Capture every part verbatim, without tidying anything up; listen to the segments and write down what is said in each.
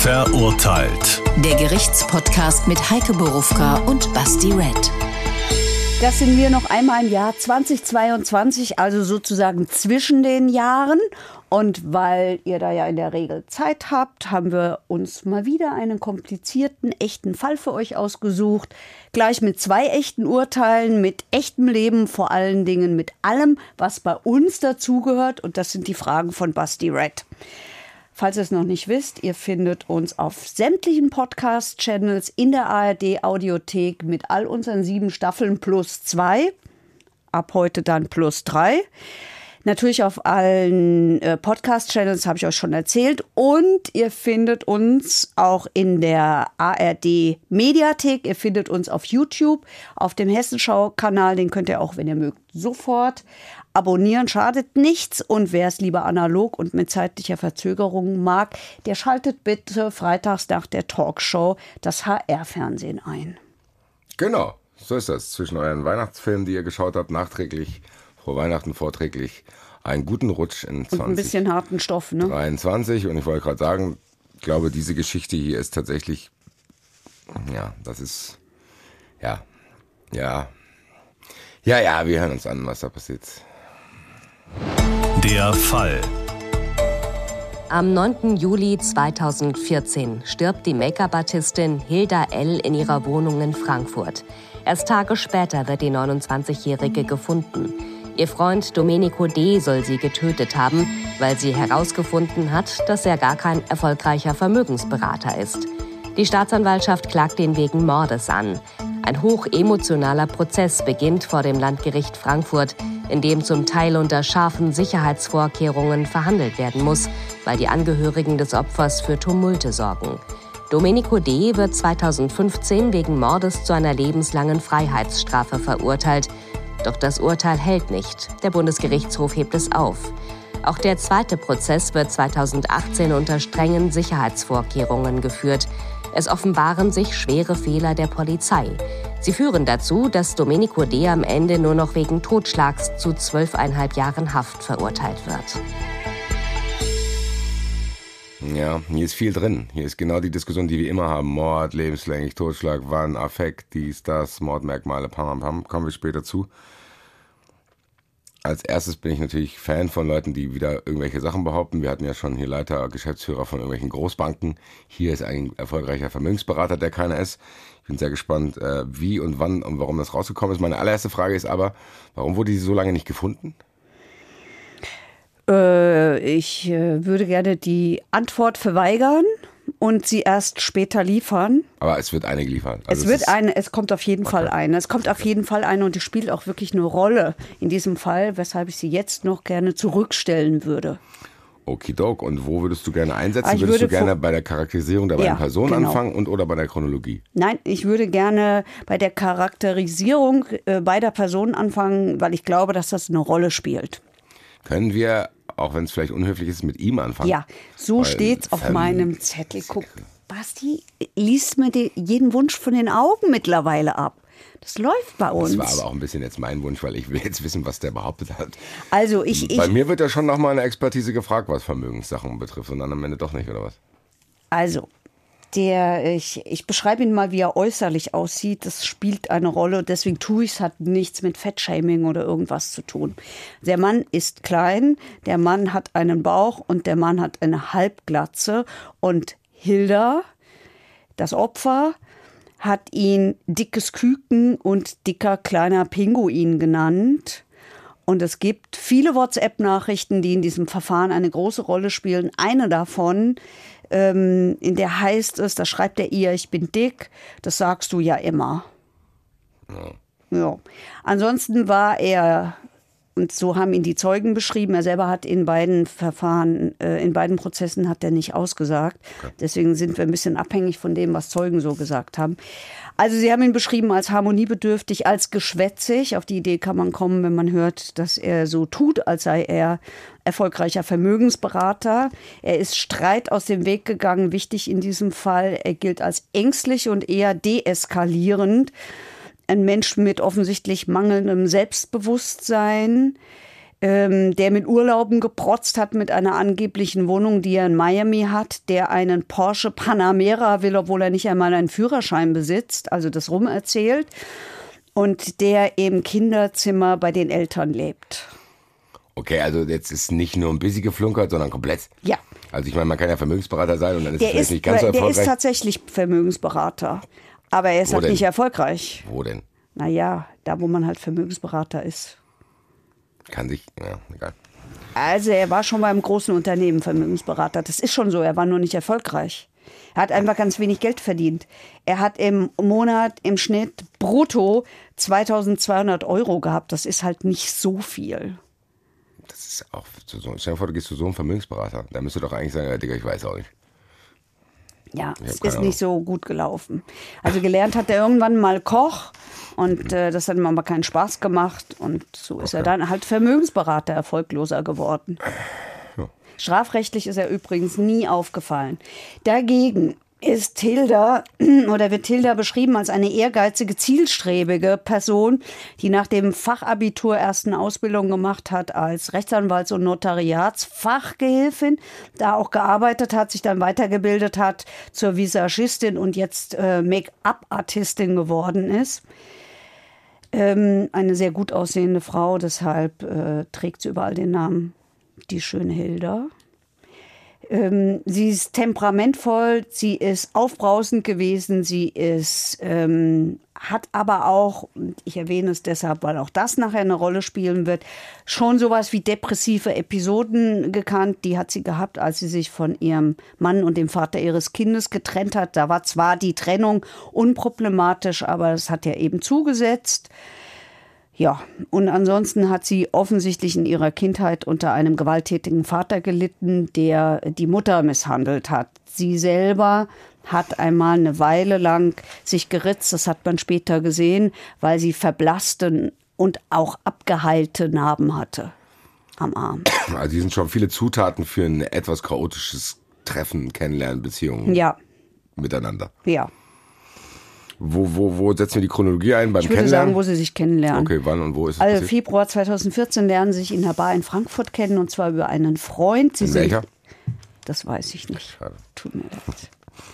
Verurteilt. Der Gerichtspodcast mit Heike Borufka und Basti Red. Das sind wir noch einmal im Jahr zweitausendzweiundzwanzig, also sozusagen zwischen den Jahren. Und weil ihr da ja in der Regel Zeit habt, haben wir uns mal wieder einen komplizierten, echten Fall für euch ausgesucht. Gleich mit zwei echten Urteilen, mit echtem Leben, vor allen Dingen mit allem, was bei uns dazugehört. Und das sind die Fragen von Basti Red. Falls ihr es noch nicht wisst, ihr findet uns auf sämtlichen Podcast-Channels in der A R D-Audiothek mit all unseren sieben Staffeln plus zwei. Ab heute dann plus drei. Natürlich auf allen äh, Podcast-Channels, habe ich euch schon erzählt. Und ihr findet uns auch in der A R D-Mediathek. Ihr findet uns auf YouTube, auf dem Hessenschau-Kanal. Den könnt ihr auch, wenn ihr mögt, sofort abonnieren. Schadet nichts. Und wer es lieber analog und mit zeitlicher Verzögerung mag, der schaltet bitte freitags nach der Talkshow das H R-Fernsehen ein. Genau, so ist das. Zwischen euren Weihnachtsfilmen, die ihr geschaut habt, nachträglich, vor Weihnachten vorträglich, einen guten Rutsch in Und ein bisschen harten Stoff, ne? dreiundzwanzig. Und ich wollte gerade sagen, ich glaube, diese Geschichte hier ist tatsächlich, ja, das ist, ja, ja, ja, ja, wir hören uns an, was da passiert. Der Fall. Am neunten Juli zweitausendvierzehn stirbt die Make-up-Artistin Hilda L. in ihrer Wohnung in Frankfurt. Erst Tage später wird die neunundzwanzigjährige gefunden. Ihr Freund Domenico D. soll sie getötet haben, weil sie herausgefunden hat, dass er gar kein erfolgreicher Vermögensberater ist. Die Staatsanwaltschaft klagt ihn wegen Mordes an. Ein hochemotionaler Prozess beginnt vor dem Landgericht Frankfurt, in dem zum Teil unter scharfen Sicherheitsvorkehrungen verhandelt werden muss, weil die Angehörigen des Opfers für Tumulte sorgen. Domenico D. wird zweitausendfünfzehn wegen Mordes zu einer lebenslangen Freiheitsstrafe verurteilt. Doch das Urteil hält nicht. Der Bundesgerichtshof hebt es auf. Auch der zweite Prozess wird zweitausendachtzehn unter strengen Sicherheitsvorkehrungen geführt. Es offenbaren sich schwere Fehler der Polizei. Sie führen dazu, dass Domenico D. am Ende nur noch wegen Totschlags zu zwölfeinhalb Jahren Haft verurteilt wird. Ja, hier ist viel drin. Hier ist genau die Diskussion, die wir immer haben. Mord, lebenslänglich, Totschlag, Wann, Affekt, dies, das, Mordmerkmale, pam, pam, pam. Kommen wir später zu. Als erstes bin ich natürlich Fan von Leuten, die wieder irgendwelche Sachen behaupten. Wir hatten ja schon hier Leiter, Geschäftsführer von irgendwelchen Großbanken. Hier ist ein erfolgreicher Vermögensberater, der keiner ist. Ich bin sehr gespannt, wie und wann und warum das rausgekommen ist. Meine allererste Frage ist aber, warum wurde sie so lange nicht gefunden? Äh, ich äh, würde gerne die Antwort verweigern und sie erst später liefern. Aber es wird eine geliefert. Also es wird eine, es kommt auf jeden okay. Fall eine. Es kommt okay. auf jeden Fall eine und es spielt auch wirklich eine Rolle in diesem Fall, weshalb ich sie jetzt noch gerne zurückstellen würde. Okidok. Und wo würdest du gerne einsetzen? Ah, würdest würde du gerne bei der Charakterisierung der beiden ja, Personen genau. anfangen und oder bei der Chronologie? Nein, ich würde gerne bei der Charakterisierung äh, beider Personen anfangen, weil ich glaube, dass das eine Rolle spielt. Können wir, auch wenn es vielleicht unhöflich ist, mit ihm anfangen? Ja, so steht es auf meinem Zettel. Guck, Basti liest mir die, jeden Wunsch von den Augen mittlerweile ab. Das läuft bei uns. Das war aber auch ein bisschen jetzt mein Wunsch, weil ich will jetzt wissen, was der behauptet hat. Also ich, ich Bei mir wird ja schon noch mal eine Expertise gefragt, was Vermögenssachen betrifft und dann am Ende doch nicht, oder was? Also, der, ich, ich beschreibe ihn mal, wie er äußerlich aussieht. Das spielt eine Rolle. Deswegen tue ich es, hat nichts mit Fettshaming oder irgendwas zu tun. Der Mann ist klein, der Mann hat einen Bauch und der Mann hat eine Halbglatze. Und Hilda, das Opfer, hat ihn dickes Küken und dicker kleiner Pinguin genannt. Und es gibt viele WhatsApp-Nachrichten, die in diesem Verfahren eine große Rolle spielen. Eine davon, ähm, in der heißt es, da schreibt er ihr, ich bin dick, das sagst du ja immer. Ja. Ja. Ansonsten war er, und so haben ihn die Zeugen beschrieben, er selber hat in beiden Verfahren, äh, in beiden Prozessen hat er nicht ausgesagt. Okay. Deswegen sind wir ein bisschen abhängig von dem, was Zeugen so gesagt haben. Also sie haben ihn beschrieben als harmoniebedürftig, als geschwätzig. Auf die Idee kann man kommen, wenn man hört, dass er so tut, als sei er erfolgreicher Vermögensberater. Er ist Streit aus dem Weg gegangen, wichtig in diesem Fall. Er gilt als ängstlich und eher deeskalierend. Ein Mensch mit offensichtlich mangelndem Selbstbewusstsein. ähm, der mit Urlauben geprotzt hat mit einer angeblichen Wohnung, die er in Miami hat, der einen Porsche Panamera will, obwohl er nicht einmal einen Führerschein besitzt, also das rumerzählt, und der im Kinderzimmer bei den Eltern lebt. Okay, also jetzt ist nicht nur ein bisschen geflunkert, sondern komplett. Ja. Also ich meine, man kann ja Vermögensberater sein und dann ist Der es vielleicht ist, nicht ganz so erfolgreich. der ist tatsächlich Vermögensberater, aber er ist Wo halt denn? nicht erfolgreich. Wo denn? Naja, da wo man halt Vermögensberater ist. Kann sich, ja, egal. Also er war schon beim großen Unternehmen Vermögensberater. Das ist schon so, er war nur nicht erfolgreich. Er hat einfach ganz wenig Geld verdient. Er hat im Monat im Schnitt brutto zweitausendzweihundert Euro gehabt. Das ist halt nicht so viel. Das ist auch, so, stell dir vor, du gehst zu so einem Vermögensberater. Da müsste doch eigentlich sagen, ja, Digga, ich weiß auch nicht. Ja, Ich es hab keine ist Ahnung. nicht so gut gelaufen. Also gelernt hat er irgendwann mal Koch und äh, das hat ihm aber keinen Spaß gemacht. Und so ist Okay. er dann halt Vermögensberater, erfolgloser geworden. Ja. Strafrechtlich ist er übrigens nie aufgefallen. Dagegen ist Hilda oder wird Hilda beschrieben als eine ehrgeizige, zielstrebige Person, die nach dem Fachabitur erst eine Ausbildung gemacht hat als Rechtsanwalts- und Notariatsfachgehilfin, da auch gearbeitet hat, sich dann weitergebildet hat zur Visagistin und jetzt äh, Make-up-Artistin geworden ist. Ähm, eine sehr gut aussehende Frau, deshalb äh, trägt sie überall den Namen die schöne Hilda. Ähm, sie ist temperamentvoll, sie ist aufbrausend gewesen, sie ist, ähm, hat aber auch, und ich erwähne es deshalb, weil auch das nachher eine Rolle spielen wird, schon sowas wie depressive Episoden gekannt. Die hat sie gehabt, als sie sich von ihrem Mann und dem Vater ihres Kindes getrennt hat. Da war zwar die Trennung unproblematisch, aber es hat ja eben zugesetzt. Ja, und ansonsten hat sie offensichtlich in ihrer Kindheit unter einem gewalttätigen Vater gelitten, der die Mutter misshandelt hat. Sie selber hat einmal eine Weile lang sich geritzt, das hat man später gesehen, weil sie verblasste und auch abgeheilte Narben hatte am Arm. Also die sind schon viele Zutaten für ein etwas chaotisches Treffen, Kennenlernen, Beziehungen Ja, miteinander. ja. Wo, wo, wo setzen wir die Chronologie ein? Beim Ich würde Kennenlernen? sagen, wo sie sich kennenlernen. Okay, wann und wo ist es Also passiert? Februar zweitausendvierzehn lernen sie sich in einer Bar in Frankfurt kennen, und zwar über einen Freund. Sie In sind, welcher? Das weiß ich nicht. Schade. Tut mir leid.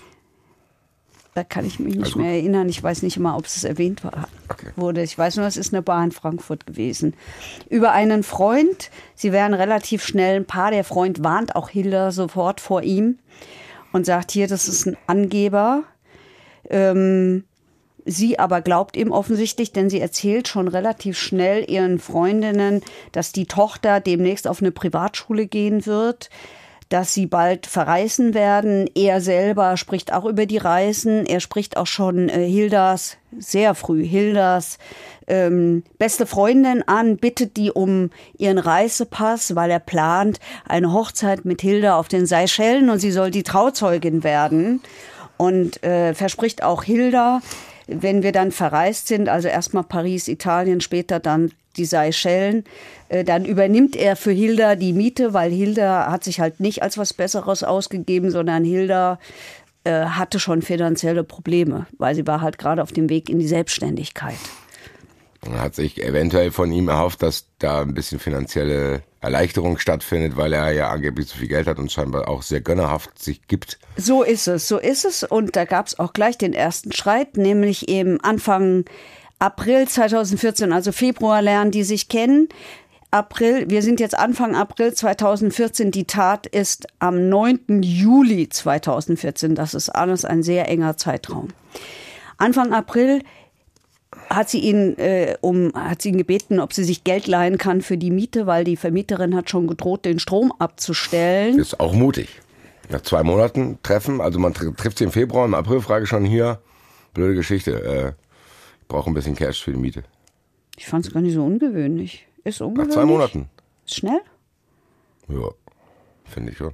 Da kann ich mich nicht Alles gut. mehr erinnern. Ich weiß nicht mal, ob es erwähnt war, Okay. wurde. Ich weiß nur, es ist eine Bar in Frankfurt gewesen. Über einen Freund. Sie werden relativ schnell ein Paar. Der Freund warnt auch Hilda sofort vor ihm und sagt, hier, das ist ein Angeber. Ähm, Sie aber glaubt ihm offensichtlich, denn sie erzählt schon relativ schnell ihren Freundinnen, dass die Tochter demnächst auf eine Privatschule gehen wird, dass sie bald verreisen werden. Er selber spricht auch über die Reisen. Er spricht auch schon äh, Hildas, sehr früh, Hildas ähm, beste Freundin an, bittet die um ihren Reisepass, weil er plant eine Hochzeit mit Hilda auf den Seychellen und sie soll die Trauzeugin werden. Und äh, verspricht auch Hilda, wenn wir dann verreist sind, also erstmal Paris, Italien, später dann die Seychellen, äh, dann übernimmt er für Hilda die Miete, weil Hilda hat sich halt nicht als was Besseres ausgegeben, sondern Hilda äh, hatte schon finanzielle Probleme, weil sie war halt gerade auf dem Weg in die Selbstständigkeit. Man hat sich eventuell von ihm erhofft, dass da ein bisschen finanzielle Erleichterung stattfindet, weil er ja angeblich so viel Geld hat und scheinbar auch sehr gönnerhaft sich gibt. So ist es, so ist es. Und da gab es auch gleich den ersten Streit, nämlich eben Anfang April zweitausendvierzehn, also Februar lernen die sich kennen. April, wir sind jetzt Anfang April zweitausendvierzehn, die Tat ist am neunten Juli zweitausendvierzehn. Das ist alles ein sehr enger Zeitraum. Anfang April hat sie ihn äh, um hat sie ihn gebeten, ob sie sich Geld leihen kann für die Miete, weil die Vermieterin hat schon gedroht, den Strom abzustellen. Das ist auch mutig. Nach zwei Monaten treffen, also man tr- trifft sie im Februar, im April frage ich schon hier, blöde Geschichte, äh, ich brauche ein bisschen Cash für die Miete. Ich fand es gar nicht so ungewöhnlich. Ist ungewöhnlich. Nach zwei Monaten. Ist schnell? Ja, finde ich schon.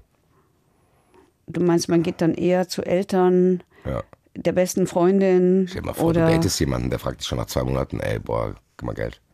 Du meinst, man geht dann eher zu Eltern Ja. der besten Freundin? Stell dir mal vor, oder du datest jemanden, der fragt dich schon nach zwei Monaten, ey, boah, gib mal Geld.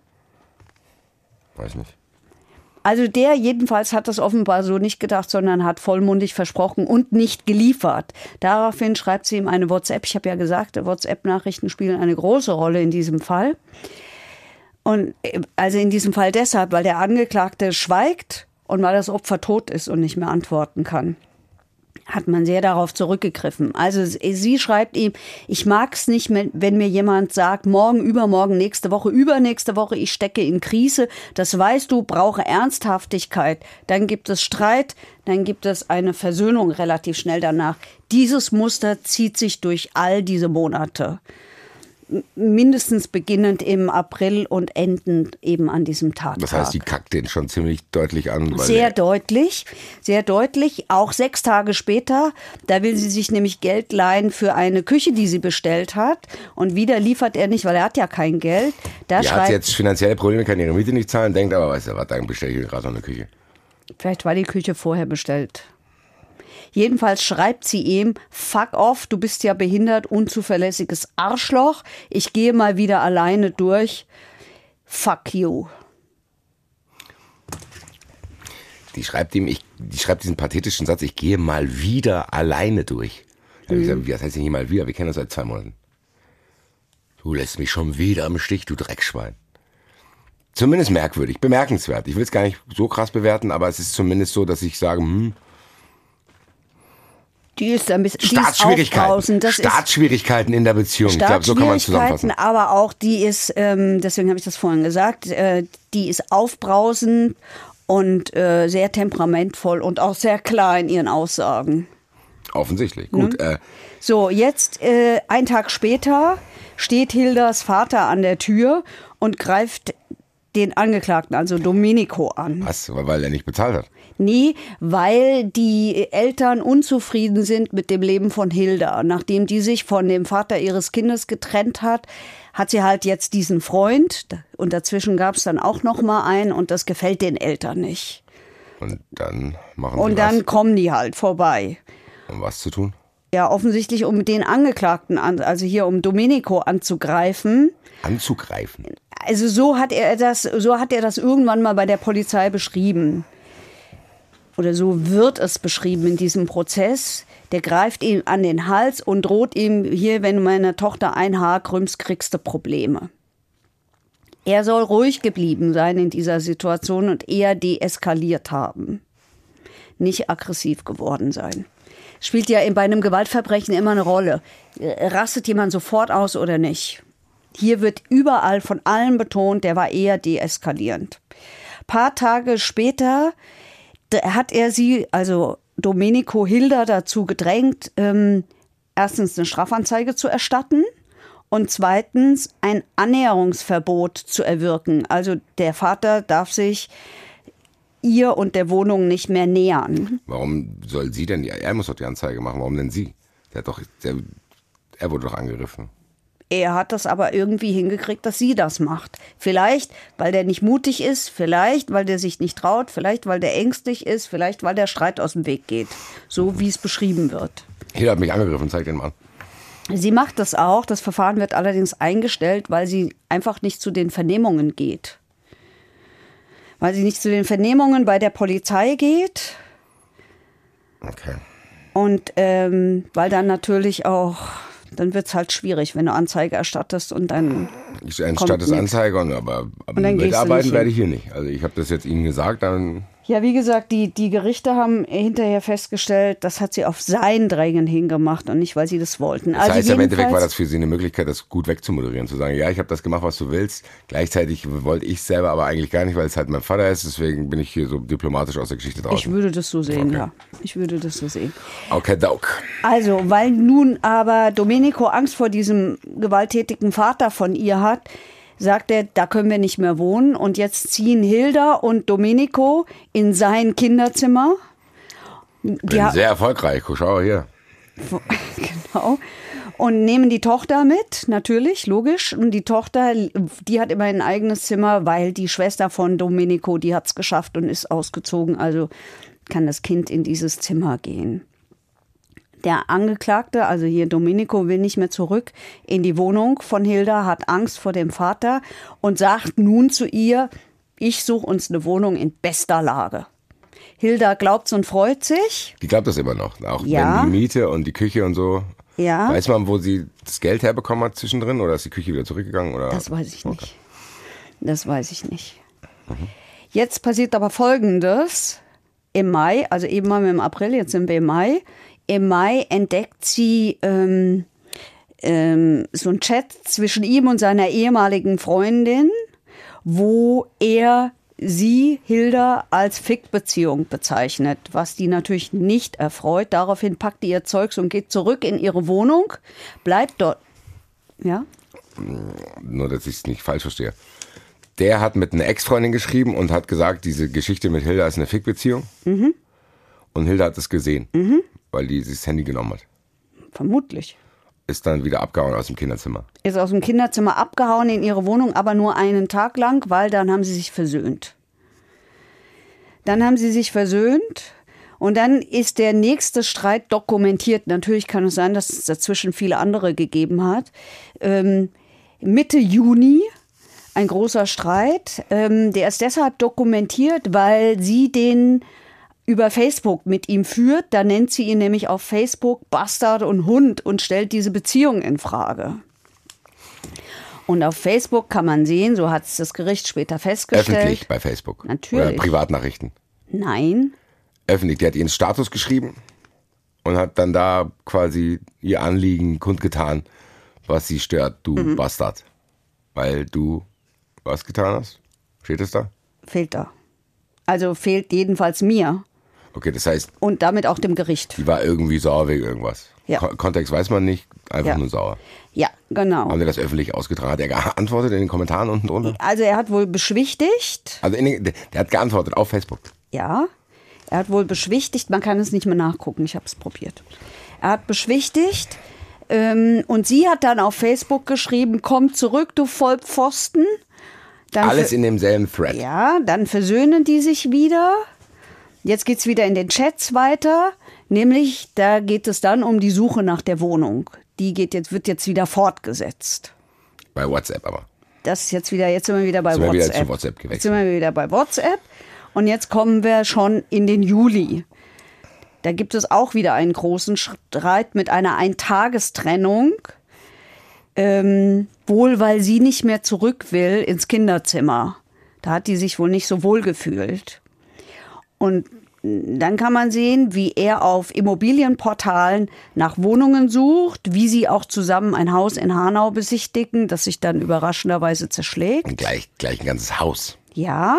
Weiß nicht. Also der jedenfalls hat das offenbar so nicht gedacht, sondern hat vollmundig versprochen und nicht geliefert. Daraufhin schreibt sie ihm eine WhatsApp. Ich habe ja gesagt, WhatsApp-Nachrichten spielen eine große Rolle in diesem Fall. Und also in diesem Fall deshalb, weil der Angeklagte schweigt und weil das Opfer tot ist und nicht mehr antworten kann, hat man sehr darauf zurückgegriffen. Also sie schreibt ihm, ich mag es nicht, wenn mir jemand sagt, morgen, übermorgen, nächste Woche, übernächste Woche, ich stecke in Krise. Das weißt du, brauche Ernsthaftigkeit. Dann gibt es Streit, dann gibt es eine Versöhnung relativ schnell danach. Dieses Muster zieht sich durch all diese Monate. Mindestens beginnend im April und endend eben an diesem Tag. Das heißt, die kackt den schon ziemlich deutlich an. Weil sehr deutlich, sehr deutlich. Auch sechs Tage später, da will sie sich nämlich Geld leihen für eine Küche, die sie bestellt hat. Und wieder liefert er nicht, weil er hat ja kein Geld. Da die schreibt, hat jetzt finanzielle Probleme, kann ihre Miete nicht zahlen, denkt aber, weißt du was, dann bestelle ich gerade noch eine Küche. Vielleicht war die Küche vorher bestellt. Jedenfalls schreibt sie ihm, fuck off, du bist ja behindert, unzuverlässiges Arschloch. Ich gehe mal wieder alleine durch. Fuck you. Die schreibt ihm, ich, die schreibt diesen pathetischen Satz, ich gehe mal wieder alleine durch. Da hab ich gesagt, was heißt denn hier mal wieder? Wir kennen uns seit zwei Monaten. Du lässt mich schon wieder im Stich, du Dreckschwein. Zumindest merkwürdig, bemerkenswert. Ich will es gar nicht so krass bewerten, aber es ist zumindest so, dass ich sage, hm, Die ist ein bisschen Startschwierigkeiten, das Startschwierigkeiten in der Beziehung. Ich glaube, so kann man es zusammenfassen. Aber auch die ist, ähm, deswegen habe ich das vorhin gesagt, äh, die ist aufbrausend und äh, sehr temperamentvoll und auch sehr klar in ihren Aussagen. Offensichtlich. Gut. Mhm. Äh, so, jetzt, äh, ein Tag später, steht Hildas Vater an der Tür und greift den Angeklagten, also Domenico, an. Was? Weil er nicht bezahlt hat? Nee, weil die Eltern unzufrieden sind mit dem Leben von Hilda. Nachdem die sich von dem Vater ihres Kindes getrennt hat, hat sie halt jetzt diesen Freund. Und dazwischen gab es dann auch noch mal einen und das gefällt den Eltern nicht. Und dann machen sie Und dann was? Kommen die halt vorbei. Um was zu tun? Ja, offensichtlich um den Angeklagten, an, also hier um Domenico anzugreifen. Anzugreifen? Also so hat er das, so hat er das irgendwann mal bei der Polizei beschrieben. Oder so wird es beschrieben in diesem Prozess. Der greift ihm an den Hals und droht ihm, hier, wenn du meiner Tochter ein Haar krümmst, kriegst du Probleme. Er soll ruhig geblieben sein in dieser Situation und eher deeskaliert haben. Nicht aggressiv geworden sein. Spielt ja bei einem Gewaltverbrechen immer eine Rolle. Rastet jemand sofort aus oder nicht? Hier wird überall von allen betont, der war eher deeskalierend. Ein paar Tage später hat er sie, also Domenico, Hilda, dazu gedrängt, ähm, erstens eine Strafanzeige zu erstatten und zweitens ein Annäherungsverbot zu erwirken. Also der Vater darf sich ihr und der Wohnung nicht mehr nähern. Warum soll sie denn, er muss doch die Anzeige machen, warum denn sie? Der hat doch, der, er wurde doch angegriffen. Er hat das aber irgendwie hingekriegt, dass sie das macht. Vielleicht, weil der nicht mutig ist, vielleicht, weil der sich nicht traut, vielleicht, weil der ängstlich ist, vielleicht, weil der Streit aus dem Weg geht. So, wie es beschrieben wird. Hilda hat mich angegriffen, zeig den mal. Sie macht das auch. Das Verfahren wird allerdings eingestellt, weil sie einfach nicht zu den Vernehmungen geht. Weil sie nicht zu den Vernehmungen bei der Polizei geht. Okay. Und ähm, weil dann natürlich auch... Dann wird es halt schwierig, wenn du Anzeige erstattest und dann. Ich erstatte Anzeige, und, aber, aber und mitarbeiten werde ich hier nicht. Also ich habe das jetzt Ihnen gesagt, dann. Ja, wie gesagt, die, die Gerichte haben hinterher festgestellt, das hat sie auf sein Drängen hingemacht und nicht, weil sie das wollten. Das also heißt, im Endeffekt war das für sie eine Möglichkeit, das gut wegzumoderieren, zu sagen, ja, ich habe das gemacht, was du willst. Gleichzeitig wollte ich selber aber eigentlich gar nicht, weil es halt mein Vater ist. Deswegen bin ich hier so diplomatisch aus der Geschichte draußen. Ich würde das so sehen, okay. ja. Ich würde das so sehen. Okay, Dauk. Also, weil nun aber Domenico Angst vor diesem gewalttätigen Vater von ihr hat, sagt er, da können wir nicht mehr wohnen. Und jetzt ziehen Hilda und Domenico in sein Kinderzimmer. Die Bin sehr erfolgreich, schau hier. Genau. Und nehmen die Tochter mit, natürlich, logisch. Und die Tochter, die hat immer ein eigenes Zimmer, weil die Schwester von Domenico, die hat es geschafft und ist ausgezogen. Also kann das Kind in dieses Zimmer gehen. Der Angeklagte, also hier Domenico, will nicht mehr zurück in die Wohnung von Hilda, hat Angst vor dem Vater und sagt nun zu ihr, ich suche uns eine Wohnung in bester Lage. Hilda glaubt's und freut sich. Die glaubt das immer noch, auch ja. wenn die Miete und die Küche und so. Ja. Weiß man, wo sie das Geld herbekommen hat zwischendrin oder ist die Küche wieder zurückgegangen? Oder? Das weiß ich nicht. Okay. Das weiß ich nicht. Mhm. Jetzt passiert aber Folgendes. Im Mai, also eben mal im April, jetzt sind wir im Mai. Im Mai entdeckt sie ähm, ähm, so einen Chat zwischen ihm und seiner ehemaligen Freundin, wo er sie, Hilda, als Fick-Beziehung bezeichnet, was die natürlich nicht erfreut. Daraufhin packt die ihr Zeugs und geht zurück in ihre Wohnung, bleibt dort. Ja? Nur, dass ich es nicht falsch verstehe. Der hat mit einer Ex-Freundin geschrieben und hat gesagt, diese Geschichte mit Hilda ist eine Fick-Beziehung. Mhm. Und Hilda hat es gesehen, mhm. weil die sich das Handy genommen hat. Vermutlich. Ist dann wieder abgehauen aus dem Kinderzimmer. Ist aus dem Kinderzimmer abgehauen in ihre Wohnung, aber nur einen Tag lang, weil dann haben sie sich versöhnt. Dann haben sie sich versöhnt und dann ist der nächste Streit dokumentiert. Natürlich kann es sein, dass es dazwischen viele andere gegeben hat. Ähm, Mitte Juni. Ein großer Streit, ähm, der ist deshalb dokumentiert, weil sie den über Facebook mit ihm führt. Da nennt sie ihn nämlich auf Facebook Bastard und Hund und stellt diese Beziehung in Frage. Und auf Facebook kann man sehen, so hat es das Gericht später festgestellt. Öffentlich bei Facebook? Natürlich. Oder Privatnachrichten? Nein. Öffentlich, die hat ihren Status geschrieben und hat dann da quasi ihr Anliegen kundgetan, was sie stört, du mhm. Bastard. Weil du was getan hast? Steht es da? Fehlt da. Also fehlt jedenfalls mir. Okay, das heißt... Und damit auch dem Gericht. Die war irgendwie sauer wegen irgendwas. Ja. Kon- Kontext weiß man nicht, einfach ja. nur sauer. Ja, genau. Haben Sie das öffentlich ausgetragen? Hat er geantwortet in den Kommentaren unten drunter? Also er hat wohl beschwichtigt. Also in den, der hat geantwortet auf Facebook? Ja, er hat wohl beschwichtigt. Man kann es nicht mehr nachgucken, ich habe es probiert. Er hat beschwichtigt ähm, und sie hat dann auf Facebook geschrieben, komm zurück, du Vollpfosten. Dann Alles in demselben Thread. Ja, dann versöhnen die sich wieder. Jetzt geht's wieder in den Chats weiter. Nämlich, da geht es dann um die Suche nach der Wohnung. Die geht jetzt, wird jetzt wieder fortgesetzt. Bei WhatsApp aber. Das ist jetzt wieder, jetzt sind wir wieder bei sind WhatsApp. Wir wieder zu WhatsApp gewechselt. Jetzt sind wir wieder bei WhatsApp. Und jetzt kommen wir schon in den Juli. Da gibt es auch wieder einen großen Streit mit einer Eintagestrennung. Ähm, wohl, weil sie nicht mehr zurück will ins Kinderzimmer. Da hat die sich wohl nicht so wohl gefühlt. Und dann kann man sehen, wie er auf Immobilienportalen nach Wohnungen sucht, wie sie auch zusammen ein Haus in Hanau besichtigen, das sich dann überraschenderweise zerschlägt. Und gleich, gleich ein ganzes Haus. Ja.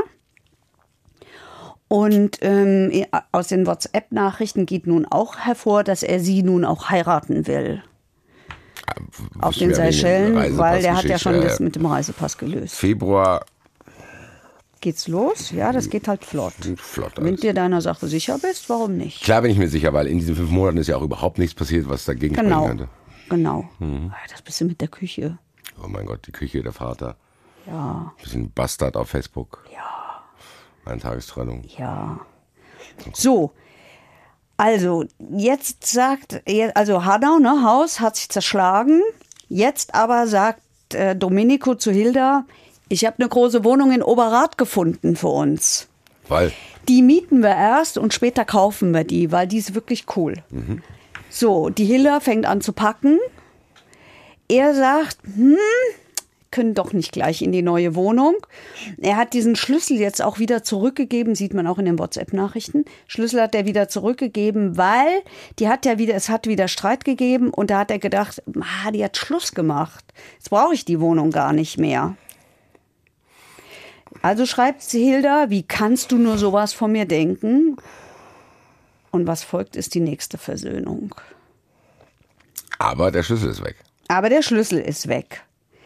Und ähm, aus den WhatsApp-Nachrichten geht nun auch hervor, dass er sie nun auch heiraten will. Auf den Seychellen, weil der hat ja schon das mit dem Reisepass gelöst. Februar. Geht's los? Ja, das geht halt flott. Flott. Wenn du dir deiner Sache sicher bist, warum nicht? Klar bin ich mir sicher, weil in diesen fünf Monaten ist ja auch überhaupt nichts passiert, was dagegen genau. sprechen könnte. Genau. Mhm. Das bisschen mit der Küche. Oh mein Gott, die Küche, der Vater. Ja. Bisschen Bastard auf Facebook. Ja. Eine Tagestrennung. Ja. So. Also, jetzt sagt, also Hanau, ne, Haus hat sich zerschlagen. Jetzt aber sagt äh, Domenico zu Hilda, ich habe eine große Wohnung in Oberrath gefunden für uns. Weil? Die mieten wir erst und später kaufen wir die, weil die ist wirklich cool. Mhm. So, die Hilda fängt an zu packen. Er sagt, hm, können doch nicht gleich in die neue Wohnung. Er hat diesen Schlüssel jetzt auch wieder zurückgegeben, sieht man auch in den WhatsApp-Nachrichten. Schlüssel hat er wieder zurückgegeben, weil die hat ja wieder, es hat wieder Streit gegeben und da hat er gedacht, ah, die hat Schluss gemacht. Jetzt brauche ich die Wohnung gar nicht mehr. Also schreibt sie Hilda, wie kannst du nur sowas von mir denken? Und was folgt, ist die nächste Versöhnung. Aber der Schlüssel ist weg. Aber der Schlüssel ist weg.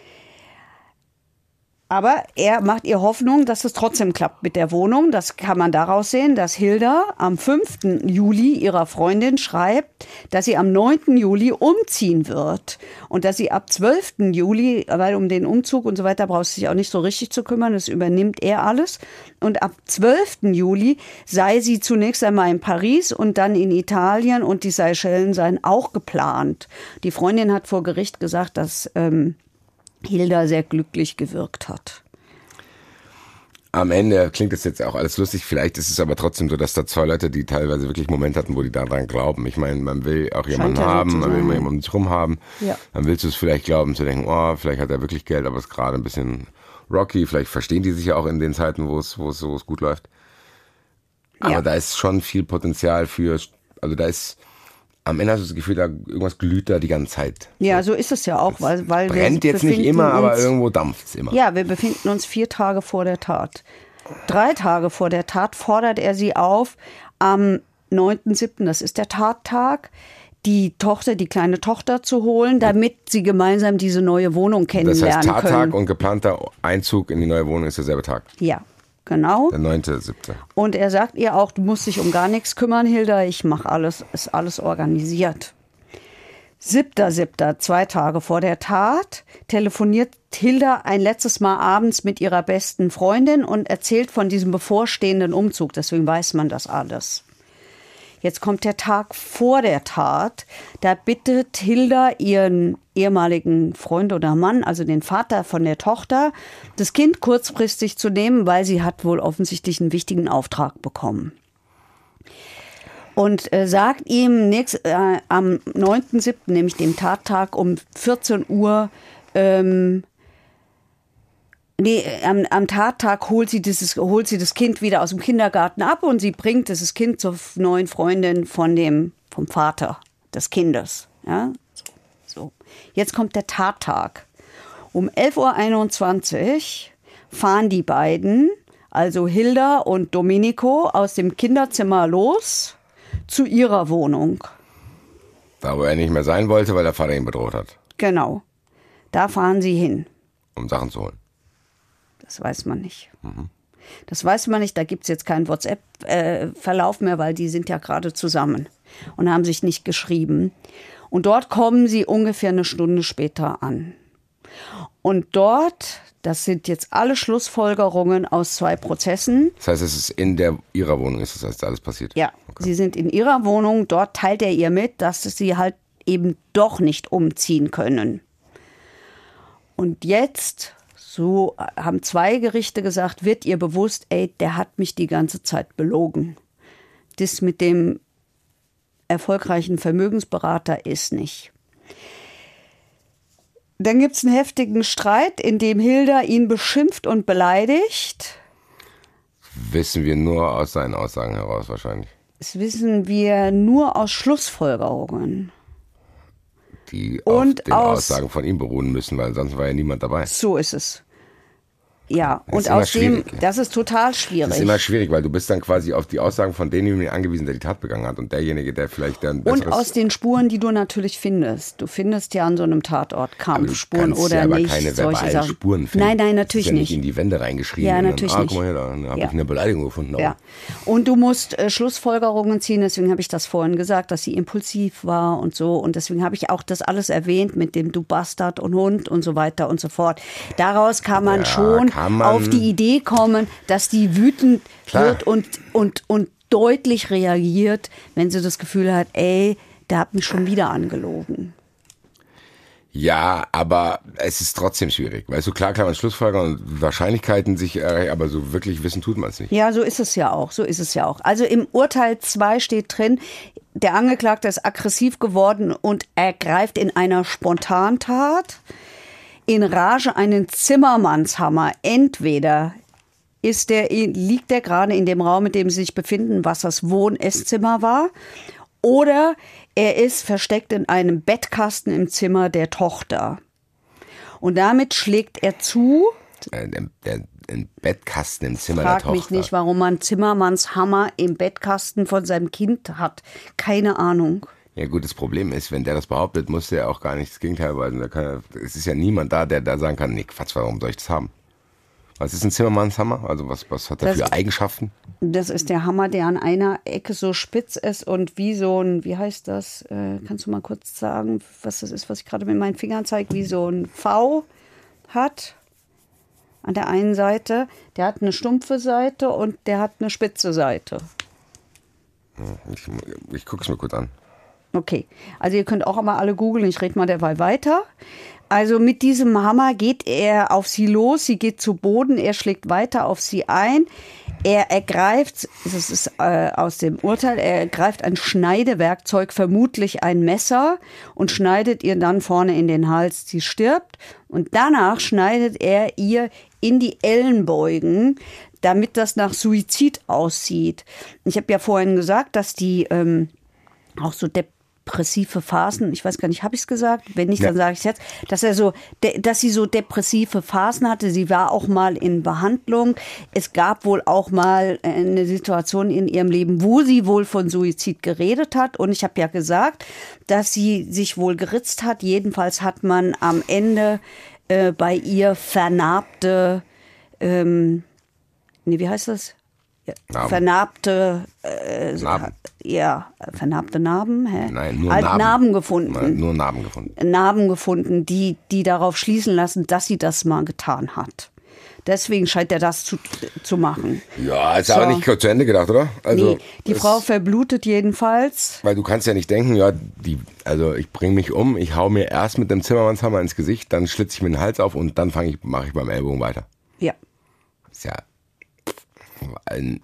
Aber er macht ihr Hoffnung, dass es trotzdem klappt mit der Wohnung. Das kann man daraus sehen, dass Hilda am fünften Juli ihrer Freundin schreibt, dass sie am neunten Juli umziehen wird. Und dass sie ab zwölften Juli, weil um den Umzug und so weiter brauchst du dich auch nicht so richtig zu kümmern, das übernimmt er alles. Und ab zwölften Juli sei sie zunächst einmal in Paris und dann in Italien und die Seychellen seien auch geplant. Die Freundin hat vor Gericht gesagt, dass ähm, Hilda sehr glücklich gewirkt hat. Am Ende klingt das jetzt auch alles lustig, vielleicht ist es aber trotzdem so, dass da zwei Leute, die teilweise wirklich Momente hatten, wo die daran glauben. Ich meine, man will auch jemanden ja haben, so man will mal jemanden um sich rum haben. Ja. Dann willst du es vielleicht glauben, zu denken, oh, vielleicht hat er wirklich Geld, aber ist gerade ein bisschen Rocky, vielleicht verstehen die sich ja auch in den Zeiten, wo es, wo es, wo es gut läuft. Aber ja. Da ist schon viel Potenzial für, also da ist, am Ende hast du das Gefühl, da irgendwas glüht da die ganze Zeit. Ja, so ist es ja auch, weil, weil brennt wir jetzt nicht immer, uns, aber irgendwo dampft es immer. Ja, wir befinden uns vier Tage vor der Tat. Drei Tage vor der Tat fordert er sie auf, am neunten siebten, das ist der Tattag, die Tochter, die kleine Tochter zu holen, damit sie gemeinsam diese neue Wohnung kennenlernen können. Das heißt, Tattag können. Und geplanter Einzug in die neue Wohnung ist derselbe Tag. Ja, genau. Der neunte siebte. Und er sagt ihr auch, du musst dich um gar nichts kümmern, Hilda, ich mache alles, ist alles organisiert. siebter siebter, zwei Tage vor der Tat, telefoniert Hilda ein letztes Mal abends mit ihrer besten Freundin und erzählt von diesem bevorstehenden Umzug. Deswegen weiß man das alles. Jetzt kommt der Tag vor der Tat. Da bittet Hilda ihren ehemaligen Freund oder Mann, also den Vater von der Tochter, das Kind kurzfristig zu nehmen, weil sie hat wohl offensichtlich einen wichtigen Auftrag bekommen. Und äh, sagt ihm nächst, äh, am neunten siebten, nämlich dem Tattag um vierzehn Uhr, ähm, nee, am, am Tattag holt sie, dieses, holt sie das Kind wieder aus dem Kindergarten ab und sie bringt dieses Kind zur neuen Freundin von dem, vom Vater des Kindes. Ja? So. Jetzt kommt der Tattag. Um elf Uhr einundzwanzig fahren die beiden, also Hilda und Domenico, aus dem Kinderzimmer los zu ihrer Wohnung. Da, wo er nicht mehr sein wollte, weil der Vater ihn bedroht hat. Genau. Da fahren sie hin. Um Sachen zu holen. Das weiß man nicht. Mhm. Das weiß man nicht. Da gibt es jetzt keinen WhatsApp-Verlauf mehr, weil die sind ja gerade zusammen und haben sich nicht geschrieben. Und dort kommen sie ungefähr eine Stunde später an. Und dort, das sind jetzt alle Schlussfolgerungen aus zwei Prozessen. Das heißt, es ist in der, ihrer Wohnung, ist das heißt, alles passiert? Ja, okay. Sie sind in ihrer Wohnung. Dort teilt er ihr mit, dass sie halt eben doch nicht umziehen können. Und jetzt, so haben zwei Gerichte gesagt, wird ihr bewusst, ey, der hat mich die ganze Zeit belogen. Das mit dem erfolgreichen Vermögensberater ist nicht. Dann gibt es einen heftigen Streit, in dem Hilda ihn beschimpft und beleidigt. Wissen wir nur aus seinen Aussagen heraus wahrscheinlich. Das wissen wir nur aus Schlussfolgerungen. Die und auf den aus, Aussagen von ihm beruhen müssen, weil sonst war ja niemand dabei. So ist es. Ja, das und aus dem, das ist total schwierig. Das ist immer schwierig, weil du bist dann quasi auf die Aussagen von demjenigen angewiesen, der die Tat begangen hat und derjenige, der vielleicht dann und aus den Spuren, die du natürlich findest. Du findest ja an so einem Tatort Kampfspuren oder ja aber nicht. Keine solche Sachen. Spuren finden. Nein, nein, natürlich das ist ja nicht. nicht in die Wände reingeschrieben. Ja, natürlich dann, ah, nicht. Guck mal hier, da habe ja. ich eine Beleidigung gefunden. Ja. Und du musst äh, Schlussfolgerungen ziehen, deswegen habe ich das vorhin gesagt, dass sie impulsiv war und so. Und deswegen habe ich auch das alles erwähnt mit dem Du Bastard und Hund und so weiter und so fort. Daraus kann man ja, schon kann man auf die Idee kommen, dass die wütend Klar. wird und, und, und deutlich reagiert, wenn sie das Gefühl hat, ey, der hat mich schon wieder angelogen. Ja, aber es ist trotzdem schwierig. Weißt du, klar kann man Schlussfolgerungen und Wahrscheinlichkeiten sich erreichen, aber so wirklich wissen tut man es nicht. Ja, so ist es ja auch, so ist es ja auch. Also im Urteil zwei steht drin, der Angeklagte ist aggressiv geworden und ergreift in einer Spontantat in Rage einen Zimmermannshammer. Entweder ist der, liegt der gerade in dem Raum, in dem sie sich befinden, was das Wohn-Esszimmer war, oder er ist versteckt in einem Bettkasten im Zimmer der Tochter. Und damit schlägt er zu. Der, der, der Bettkasten im Zimmer Frag der Tochter. mich nicht, warum man Zimmermannshammer im Bettkasten von seinem Kind hat. Keine Ahnung. Ja gut, das Problem ist, wenn der das behauptet, muss der auch gar nicht das Gegenteil beweisen. Da kann, es ist ja niemand da, der da sagen kann, nee, Quatsch, warum soll ich das haben? Was ist ein Zimmermannshammer? Also was, was hat er das, für Eigenschaften? Das ist der Hammer, der an einer Ecke so spitz ist und wie so ein, wie heißt das? Äh, kannst du mal kurz sagen, was das ist, was ich gerade mit meinen Fingern zeige, wie so ein V hat an der einen Seite. Der hat eine stumpfe Seite und der hat eine spitze Seite. Ich, ich gucke es mir kurz an. Okay, also ihr könnt auch mal alle googeln, ich rede mal derweil weiter. Also mit diesem Hammer geht er auf sie los, sie geht zu Boden, er schlägt weiter auf sie ein. Er ergreift, das ist äh, aus dem Urteil, er ergreift ein Schneidewerkzeug, vermutlich ein Messer, und schneidet ihr dann vorne in den Hals. Sie stirbt und danach schneidet er ihr in die Ellenbeugen, damit das nach Suizid aussieht. Ich habe ja vorhin gesagt, dass die ähm, auch so depressive Phasen, ich weiß gar nicht, habe ich es gesagt? Wenn nicht, ja. Dann sage ich es jetzt, dass er so, de, dass sie so depressive Phasen hatte. Sie war auch mal in Behandlung. Es gab wohl auch mal eine Situation in ihrem Leben, wo sie wohl von Suizid geredet hat. Und ich habe ja gesagt, dass sie sich wohl geritzt hat. Jedenfalls hat man am Ende äh, bei ihr vernarbte ähm, Nee, wie heißt das? Ja, vernarbte äh, Narben. Ja, vernarbte Narben? Hä? Nein, nur halt Narben. Narben gefunden. Nein, nur Narben gefunden. Narben gefunden, die, die darauf schließen lassen, dass sie das mal getan hat. Deswegen scheint er das zu, zu machen. Ja, ist so. aber nicht zu Ende gedacht, oder? Also, nee, die Frau verblutet jedenfalls. Weil du kannst ja nicht denken, ja, die, also ich bringe mich um, ich hau mir erst mit dem Zimmermannshammer ins Gesicht, dann schlitze ich mir den Hals auf und dann fange ich, mache ich beim Ellbogen weiter. Ja. Ist ja ein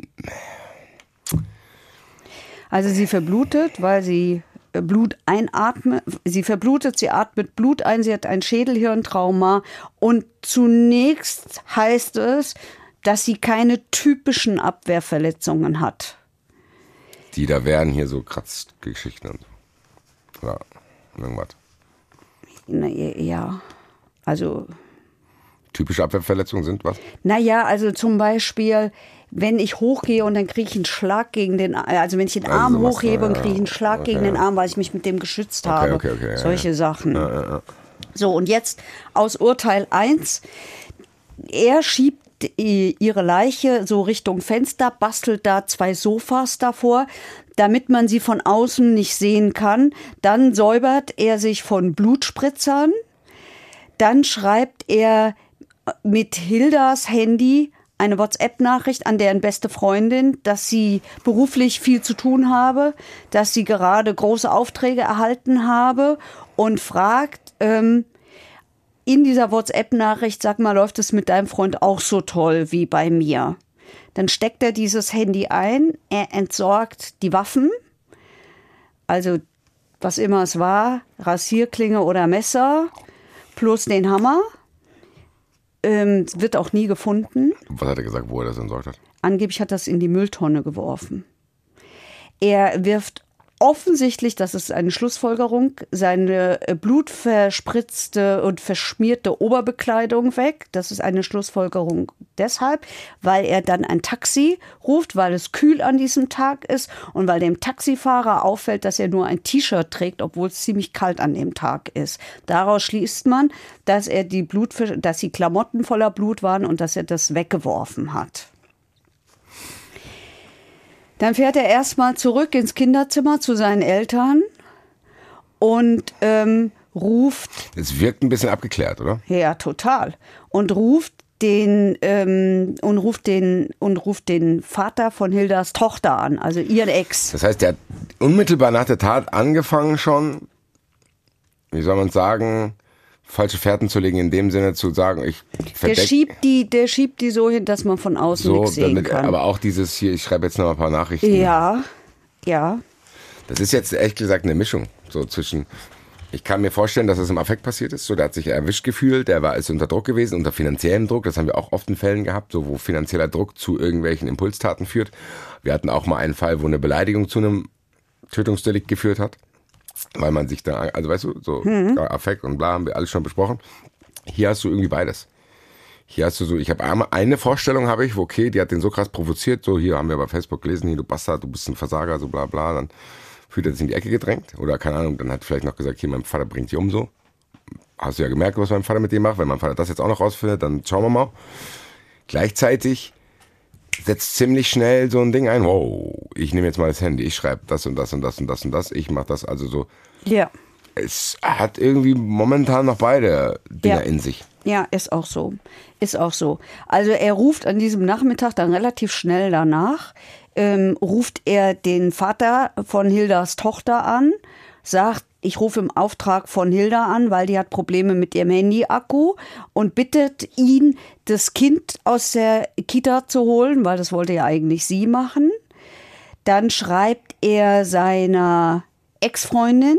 Also sie verblutet, weil sie Blut einatmet. Sie verblutet, sie atmet Blut ein, sie hat ein Schädelhirntrauma. Und zunächst heißt es, dass sie keine typischen Abwehrverletzungen hat. Die da wären hier so Kratzgeschichten und so. Ja, irgendwas. Na, ja, also... Typische Abwehrverletzungen sind was? Naja, also zum Beispiel, wenn ich hochgehe und dann kriege ich einen Schlag gegen den Arm, also wenn ich den Arm also hochhebe und kriege ich einen Schlag okay. gegen den Arm, weil ich mich mit dem geschützt okay, habe. Okay, okay, Solche ja, ja. Sachen. Ja, ja, ja. So, und jetzt aus Urteil eins. Er schiebt ihre Leiche so Richtung Fenster, bastelt da zwei Sofas davor, damit man sie von außen nicht sehen kann. Dann säubert er sich von Blutspritzern. Dann schreibt er mit Hildas Handy eine WhatsApp-Nachricht an deren beste Freundin, dass sie beruflich viel zu tun habe, dass sie gerade große Aufträge erhalten habe und fragt ähm, in dieser WhatsApp-Nachricht, sag mal, läuft es mit deinem Freund auch so toll wie bei mir? Dann steckt er dieses Handy ein, er entsorgt die Waffen, also was immer es war, Rasierklinge oder Messer, plus den Hammer. Ähm, wird auch nie gefunden. Was hat er gesagt, wo er das entsorgt hat? Angeblich hat er das in die Mülltonne geworfen. Er wirft offensichtlich, das ist eine Schlussfolgerung, seine blutverspritzte und verschmierte Oberbekleidung weg. Das ist eine Schlussfolgerung deshalb, weil er dann ein Taxi ruft, weil es kühl an diesem Tag ist und weil dem Taxifahrer auffällt, dass er nur ein T-Shirt trägt, obwohl es ziemlich kalt an dem Tag ist. Daraus schließt man, dass er die Blut, dass die Klamotten voller Blut waren und dass er das weggeworfen hat. Dann fährt er erstmal zurück ins Kinderzimmer zu seinen Eltern und ähm, ruft... Es wirkt ein bisschen abgeklärt, oder? Ja, total. Und ruft den ähm, und ruft den und ruft den Vater von Hildas Tochter an, also ihren Ex. Das heißt, der hat unmittelbar nach der Tat angefangen schon, wie soll man sagen, falsche Fährten zu legen, in dem Sinne zu sagen, ich verdeck... Der schiebt die, der schiebt die so hin, dass man von außen so, nichts sehen damit, kann. Aber auch dieses hier, ich schreibe jetzt noch ein paar Nachrichten. Ja, ja. Das ist jetzt ehrlich gesagt eine Mischung, so zwischen... Ich kann mir vorstellen, dass das im Affekt passiert ist. So, der hat sich erwischt gefühlt, der war ist unter Druck gewesen, unter finanziellem Druck. Das haben wir auch oft in Fällen gehabt, so wo finanzieller Druck zu irgendwelchen Impulstaten führt. Wir hatten auch mal einen Fall, wo eine Beleidigung zu einem Tötungsdelikt geführt hat, weil man sich da, also weißt du, so mhm. Affekt und bla, haben wir alles schon besprochen. Hier hast du irgendwie beides. Hier hast du so, ich habe einmal eine Vorstellung habe ich, wo okay, die hat den so krass provoziert, so hier haben wir bei Facebook gelesen, hier du Bastard, du bist ein Versager, so bla bla, dann fühlt er sich in die Ecke gedrängt oder keine Ahnung, dann hat vielleicht noch gesagt, hier, mein Vater bringt dich um so. Hast du ja gemerkt, was mein Vater mit dir macht. Wenn mein Vater das jetzt auch noch rausfindet, dann schauen wir mal. Gleichzeitig setzt ziemlich schnell so ein Ding ein, wow, ich nehme jetzt mal das Handy, ich schreibe das und das und das und das und das, ich mache das, also so. Ja. Es hat irgendwie momentan noch beide Dinger ja. in sich. Ja, ist auch so. Ist auch so. Also er ruft an diesem Nachmittag dann relativ schnell danach, ähm, ruft er den Vater von Hildas Tochter an, sagt, ich rufe im Auftrag von Hilda an, weil die hat Probleme mit ihrem Handy-Akku und bittet ihn, das Kind aus der Kita zu holen, weil das wollte ja eigentlich sie machen. Dann schreibt er seiner Ex-Freundin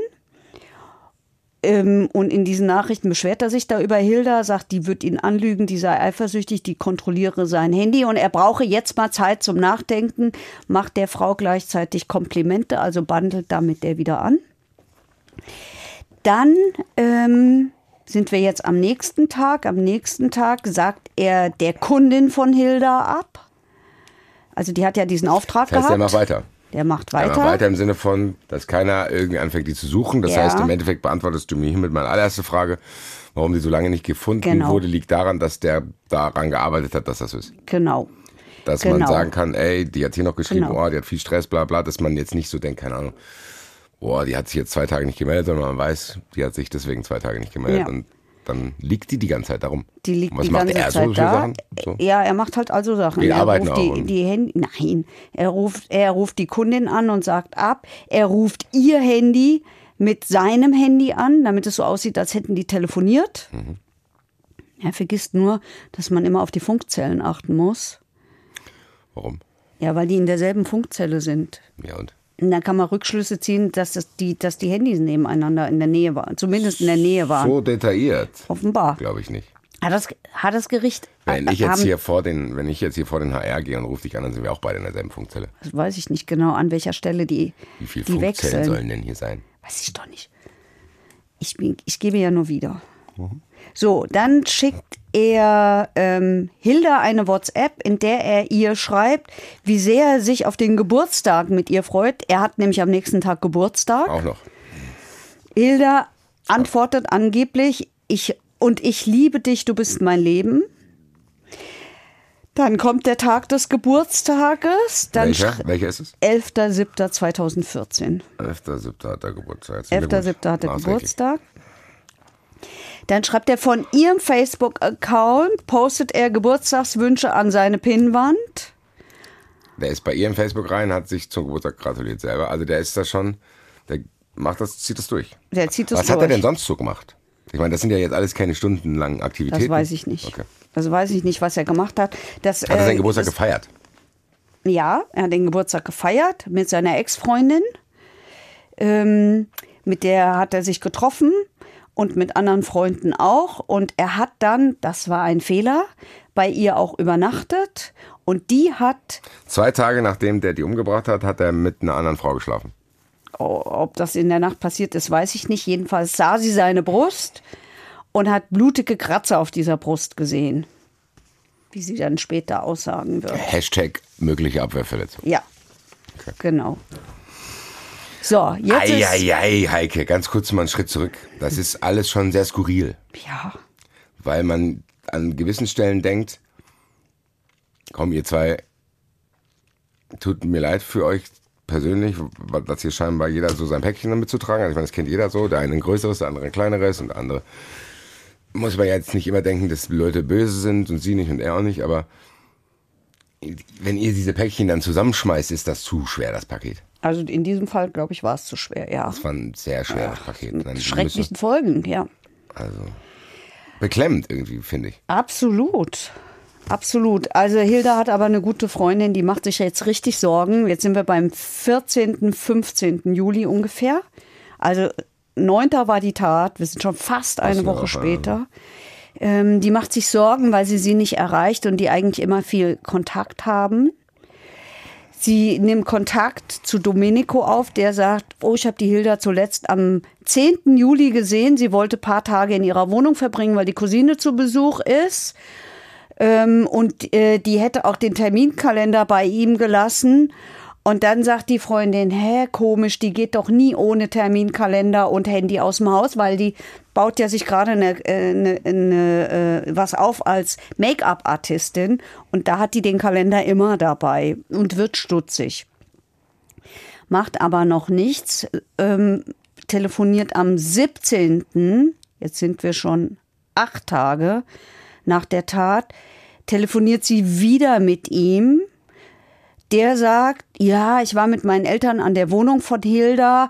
ähm, und in diesen Nachrichten beschwert er sich da über Hilda, sagt, die wird ihn anlügen, die sei eifersüchtig, die kontrolliere sein Handy und er brauche jetzt mal Zeit zum Nachdenken, macht der Frau gleichzeitig Komplimente, also bandelt damit der wieder an. Dann ähm, sind wir jetzt am nächsten Tag. Am nächsten Tag sagt er der Kundin von Hilda ab. Also die hat ja diesen Auftrag das heißt, gehabt. Der macht weiter. Der macht weiter. Der macht weiter im Sinne von, dass keiner irgendwie anfängt, die zu suchen. Das ja. heißt, im Endeffekt beantwortest du mir hiermit meine allererste Frage. Warum die so lange nicht gefunden genau. wurde, liegt daran, dass der daran gearbeitet hat, dass das so ist. Genau. Dass genau. man sagen kann, ey, die hat hier noch geschrieben, genau. oh, die hat viel Stress, bla bla, dass man jetzt nicht so denkt, keine Ahnung. Boah, die hat sich jetzt zwei Tage nicht gemeldet, sondern man weiß, die hat sich deswegen zwei Tage nicht gemeldet. Ja. Und dann liegt die die ganze Zeit darum. Die liegt und was die macht ganze er Zeit so da. Sachen? So? Ja, er macht halt also Sachen. Die er arbeiten ruft auch. Die, Und die Handy, nein, er ruft, er ruft die Kundin an und sagt ab. Er ruft ihr Handy mit seinem Handy an, damit es so aussieht, als hätten die telefoniert. Mhm. Er vergisst nur, dass man immer auf die Funkzellen achten muss. Warum? Ja, weil die in derselben Funkzelle sind. Ja, und? Und dann kann man Rückschlüsse ziehen, dass, das die, dass die Handys nebeneinander in der Nähe waren. Zumindest in der Nähe waren. So detailliert? Offenbar. Glaube ich nicht. Hat das, hat das Gericht... Wenn ich, jetzt haben, hier vor den, wenn ich jetzt hier vor den H R gehe und rufe dich an, dann sind wir auch beide in derselben Funkzelle. Das weiß ich nicht genau, an welcher Stelle die, Wie viele die Funkzellen wechseln. sollen denn hier sein? Weiß ich doch nicht. Ich, bin, ich gebe ja nur wieder. Mhm. So, dann schickt er ähm, Hilda eine WhatsApp, in der er ihr schreibt, wie sehr er sich auf den Geburtstag mit ihr freut. Er hat nämlich am nächsten Tag Geburtstag. Auch noch. Hilda antwortet angeblich, ich und ich liebe dich, du bist mein Leben. Dann kommt der Tag des Geburtstages. Dann Welcher? Welcher ist es? elfter siebter zweitausendvierzehn. elfter siebter hat er Geburtstag. elfter siebter hat er Geburtstag. Dann schreibt er von ihrem Facebook-Account, postet er Geburtstagswünsche an seine Pinnwand. Der ist bei ihr im Facebook rein, hat sich zum Geburtstag gratuliert selber. Also der ist da schon, der macht das, zieht das durch. Der zieht das Was durch. hat er denn sonst so gemacht? Ich meine, das sind ja jetzt alles keine stundenlangen Aktivitäten. Das weiß ich nicht. Okay. Das weiß ich nicht, was er gemacht hat. Das, hat er seinen äh, Geburtstag das, gefeiert? Ja, er hat den Geburtstag gefeiert mit seiner Ex-Freundin. Ähm, mit der hat er sich getroffen und mit anderen Freunden auch. Und er hat dann, das war ein Fehler, bei ihr auch übernachtet. Und die hat... Zwei Tage nachdem der die umgebracht hat, hat er mit einer anderen Frau geschlafen. Ob das in der Nacht passiert ist, weiß ich nicht. Jedenfalls sah sie seine Brust und hat blutige Kratzer auf dieser Brust gesehen. Wie sie dann später aussagen wird. Hashtag mögliche Abwehrverletzung. Ja, okay. Genau. So, jetzt ei, ist... Ei, ei, Heike, ganz kurz mal einen Schritt zurück. Das ist alles schon sehr skurril. Ja. Weil man an gewissen Stellen denkt, komm, ihr zwei, tut mir leid für euch persönlich, dass hier scheinbar jeder so sein Päckchen damit zu tragen hat. Ich meine, das kennt jeder so. Der eine ein größeres, der andere ein kleineres und der andere... Muss man ja jetzt nicht immer denken, dass Leute böse sind und sie nicht und er auch nicht, aber wenn ihr diese Päckchen dann zusammenschmeißt, ist das zu schwer, das Paket. Also in diesem Fall, glaube ich, war es zu schwer, ja. Das war ein sehr schweres Ach, Paket. Mit dann schrecklichen müssen, Folgen, ja. Also beklemmend irgendwie, finde ich. Absolut. Absolut. Also Hilda hat aber eine gute Freundin, die macht sich jetzt richtig Sorgen. Jetzt sind wir beim vierzehnten, fünfzehnten Juli ungefähr. Also neunter war die Tat, wir sind schon fast eine Woche später. Ähm, die macht sich Sorgen, weil sie sie nicht erreicht und die eigentlich immer viel Kontakt haben. Sie nimmt Kontakt zu Domenico auf, der sagt, oh, ich habe die Hilda zuletzt am zehnten Juli gesehen. Sie wollte ein paar Tage in ihrer Wohnung verbringen, weil die Cousine zu Besuch ist. Ähm, und äh, die hätte auch den Terminkalender bei ihm gelassen. Und dann sagt die Freundin, hä, komisch, die geht doch nie ohne Terminkalender und Handy aus dem Haus, weil die baut ja sich gerade eine, eine, eine, was auf als Make-up-Artistin und da hat die den Kalender immer dabei und wird stutzig. Macht aber noch nichts, ähm, telefoniert am siebzehnten, jetzt sind wir schon acht Tage nach der Tat, telefoniert sie wieder mit ihm. Der sagt, ja, ich war mit meinen Eltern an der Wohnung von Hilda,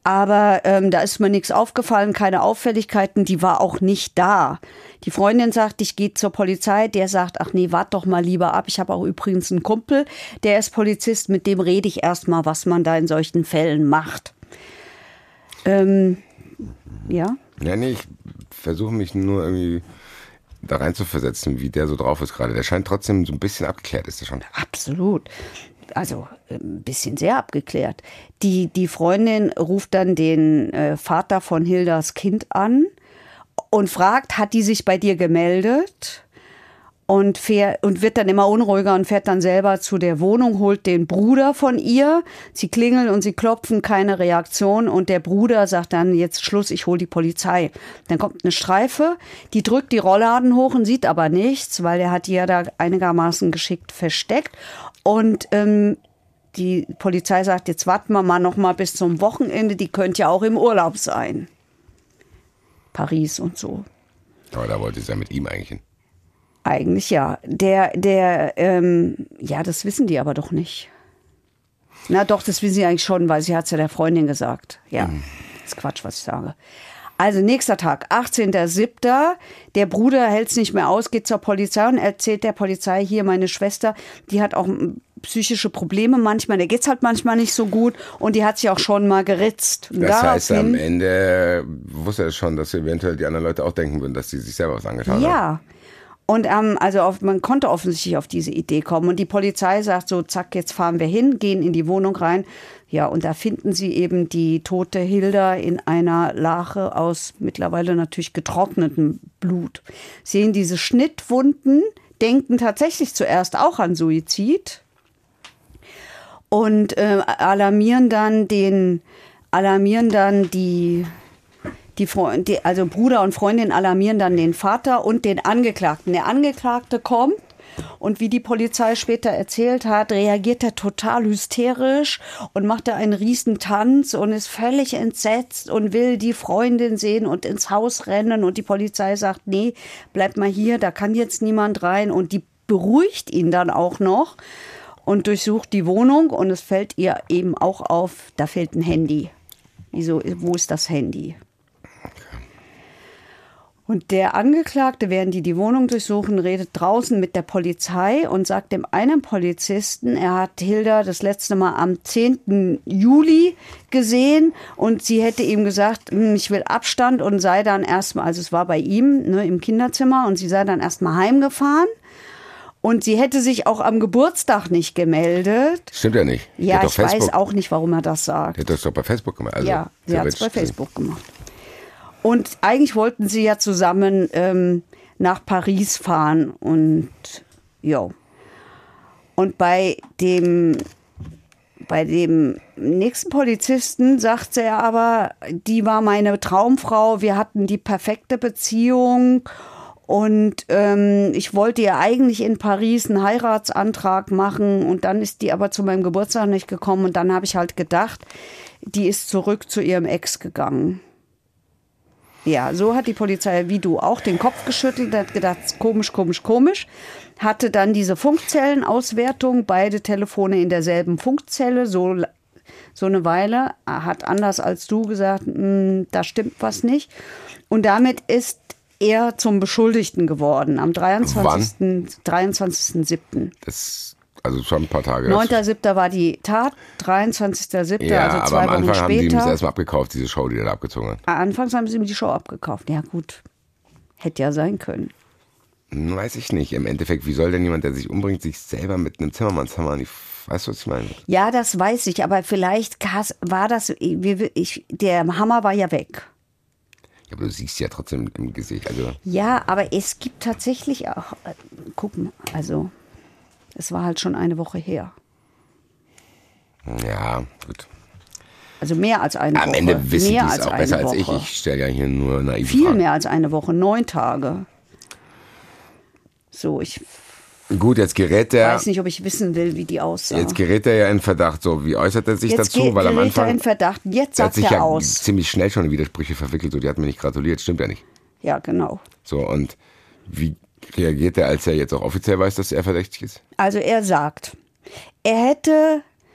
Aber ähm, da ist mir nichts aufgefallen, keine Auffälligkeiten, die war auch nicht da. Die Freundin sagt, ich gehe zur Polizei, der sagt, ach nee, wart doch mal lieber ab. Ich habe auch übrigens einen Kumpel, der ist Polizist, mit dem rede ich erst mal, was man da in solchen Fällen macht. Ähm, ja? Ja, nee, ich versuche mich nur irgendwie da rein zu versetzen, wie der so drauf ist gerade. Der scheint trotzdem so ein bisschen abgeklärt, ist der schon. Absolut. Also ein bisschen sehr abgeklärt. Die, die Freundin ruft dann den äh, Vater von Hildas Kind an und fragt, hat die sich bei dir gemeldet? Und, fährt, und wird dann immer unruhiger und fährt dann selber zu der Wohnung, holt den Bruder von ihr. Sie klingeln und sie klopfen, keine Reaktion. Und der Bruder sagt dann, jetzt Schluss, ich hole die Polizei. Dann kommt eine Streife, die drückt die Rollladen hoch und sieht aber nichts, weil er hat die ja da einigermaßen geschickt versteckt. Und ähm, die Polizei sagt, jetzt warten wir mal noch mal bis zum Wochenende, die könnte ja auch im Urlaub sein. Paris und so. Aber da wollte sie ja mit ihm eigentlich hin. Eigentlich ja. Der, der, ähm, ja, das wissen die aber doch nicht. Na doch, das wissen sie eigentlich schon, weil sie hat es ja der Freundin gesagt. Ja, mhm. Das ist Quatsch, was ich sage. Also nächster Tag, achtzehnter siebter Der Bruder hält es nicht mehr aus, geht zur Polizei und erzählt der Polizei, hier meine Schwester, die hat auch psychische Probleme manchmal, der geht's halt manchmal nicht so gut und die hat sich auch schon mal geritzt. Und das heißt, am Ende wusste er schon, dass eventuell die anderen Leute auch denken würden, dass sie sich selber was angetan ja. haben. Ja. Und ähm, also auf, man konnte offensichtlich auf diese Idee kommen. Und die Polizei sagt so, zack, jetzt fahren wir hin, gehen in die Wohnung rein. Ja, und da finden sie eben die tote Hilda in einer Lache aus mittlerweile natürlich getrocknetem Blut. Sehen diese Schnittwunden, denken tatsächlich zuerst auch an Suizid und äh, alarmieren dann den, alarmieren dann die... Die, die, also Bruder und Freundin alarmieren dann den Vater und den Angeklagten. Der Angeklagte kommt und wie die Polizei später erzählt hat, reagiert er total hysterisch und macht da einen riesen Tanz und ist völlig entsetzt und will die Freundin sehen und ins Haus rennen. Und die Polizei sagt, nee, bleib mal hier, da kann jetzt niemand rein. Und die beruhigt ihn dann auch noch und durchsucht die Wohnung. Und es fällt ihr eben auch auf, da fehlt ein Handy. Wieso, wo ist das Handy? Und der Angeklagte, während die die Wohnung durchsuchen, redet draußen mit der Polizei und sagt dem einen Polizisten, er hat Hilda das letzte Mal am zehnten Juli gesehen und sie hätte ihm gesagt, ich will Abstand und sei dann erstmal, also es war bei ihm ne, im Kinderzimmer und sie sei dann erstmal heimgefahren. Und sie hätte sich auch am Geburtstag nicht gemeldet. Stimmt ja nicht. Ja, ich Facebook. weiß auch nicht, warum er das sagt. Er hat das doch bei Facebook gemacht. Also ja, sie hat es bei Facebook gemacht. Und eigentlich wollten sie ja zusammen ähm, nach Paris fahren und ja. Und bei dem, bei dem nächsten Polizisten sagte er aber, die war meine Traumfrau, wir hatten die perfekte Beziehung und ähm, ich wollte ihr eigentlich in Paris einen Heiratsantrag machen und dann ist die aber zu meinem Geburtstag nicht gekommen und dann habe ich halt gedacht, die ist zurück zu ihrem Ex gegangen. Ja, so hat die Polizei, wie du, auch den Kopf geschüttelt, hat gedacht, komisch, komisch, komisch. Hatte dann diese Funkzellenauswertung, beide Telefone in derselben Funkzelle, so, so eine Weile. Hat anders als du gesagt, mh, da stimmt was nicht. Und damit ist er zum Beschuldigten geworden, am dreiundzwanzigsten siebten Das Also schon ein paar Tage. neunter siebter war die Tat, dreiundzwanzigster siebter Ja, also zwei aber am Wochen Anfang später. haben die ihm das erstmal abgekauft, diese Show, die er da abgezogen hat. Anfangs haben sie ihm die Show abgekauft. Ja gut, hätte ja sein können. Hm, weiß ich nicht. Im Endeffekt, wie soll denn jemand, der sich umbringt, sich selber mit einem Zimmermannshammer an die... Weißt du, was ich meine? Ja, das weiß ich, aber vielleicht war das... Ich, der Hammer war ja weg. Ja, aber du siehst ja trotzdem im Gesicht. Also ja, aber es gibt tatsächlich auch... Äh, guck mal, also... Es war halt schon eine Woche her. Ja, gut. Also mehr als eine Am Woche. Am Ende wissen die mehr es auch besser als ich. Ich stelle ja hier nur naive Viel Fragen. mehr als eine Woche, neun Tage. So, ich Gut, jetzt gerät der... weiß nicht, ob ich wissen will, wie die aussah. Jetzt gerät er ja in Verdacht. So, wie äußert er sich jetzt dazu? Weil am gerät Anfang er in Verdacht. Jetzt sagt hat sich er ja aus. ziemlich schnell schon in Widersprüche verwickelt. So, die hat mir nicht gratuliert. Stimmt ja nicht. Ja, genau. So, und wie reagiert er, als er jetzt auch offiziell weiß, dass er verdächtig ist? Also er sagt, er hätte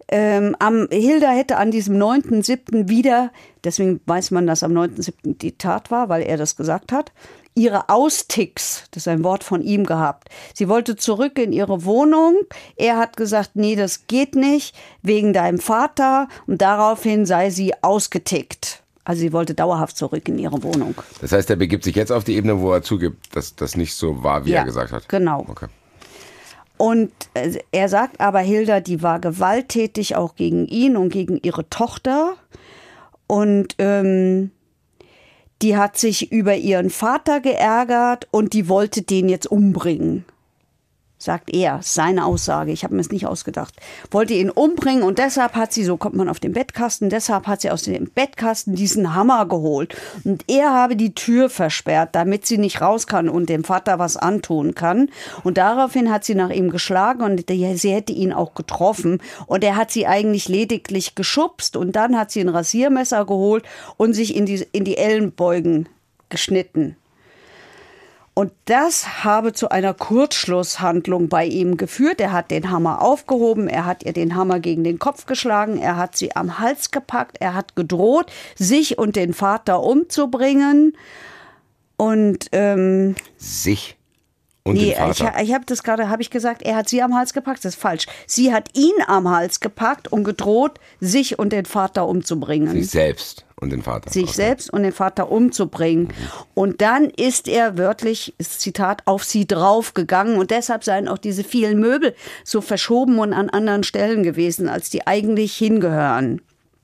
Ähm, am, Hilda hätte an diesem neunten siebten wieder, deswegen weiß man, dass am neunten siebten die Tat war, weil er das gesagt hat, ihre Austicks, das ist ein Wort von ihm gehabt. Sie wollte zurück in ihre Wohnung. Er hat gesagt, nee, das geht nicht, wegen deinem Vater. Und daraufhin sei sie ausgetickt. Also sie wollte dauerhaft zurück in ihre Wohnung. Das heißt, er begibt sich jetzt auf die Ebene, wo er zugibt, dass das nicht so war, wie ja, er gesagt hat. Genau. Okay. Und er sagt aber, Hilda, die war gewalttätig auch gegen ihn und gegen ihre Tochter. Und ähm, die hat sich über ihren Vater geärgert und die wollte den jetzt umbringen. Sagt er, seine Aussage, ich habe mir es nicht ausgedacht. Wollte ihn umbringen und deshalb hat sie, so kommt man auf den Bettkasten, deshalb hat sie aus dem Bettkasten diesen Hammer geholt. Und er habe die Tür versperrt, damit sie nicht raus kann und dem Vater was antun kann. Und daraufhin hat sie nach ihm geschlagen und sie hätte ihn auch getroffen. Und er hat sie eigentlich lediglich geschubst und dann hat sie ein Rasiermesser geholt und sich in die, in die Ellenbeugen geschnitten. Und das habe zu einer Kurzschlusshandlung bei ihm geführt. Er hat den Hammer aufgehoben, er hat ihr den Hammer gegen den Kopf geschlagen, er hat sie am Hals gepackt, er hat gedroht, sich und den Vater umzubringen. Und ähm, sich und nee, den Vater? ich, ich habe das gerade, habe ich gesagt, er hat sie am Hals gepackt, das ist falsch. Sie hat ihn am Hals gepackt und gedroht, sich und den Vater umzubringen. Sich selbst und den Vater. Sich okay. selbst und den Vater umzubringen. Mhm. Und dann ist er wörtlich, ist Zitat, auf sie draufgegangen. Und deshalb seien auch diese vielen Möbel so verschoben und an anderen Stellen gewesen, als die eigentlich hingehören.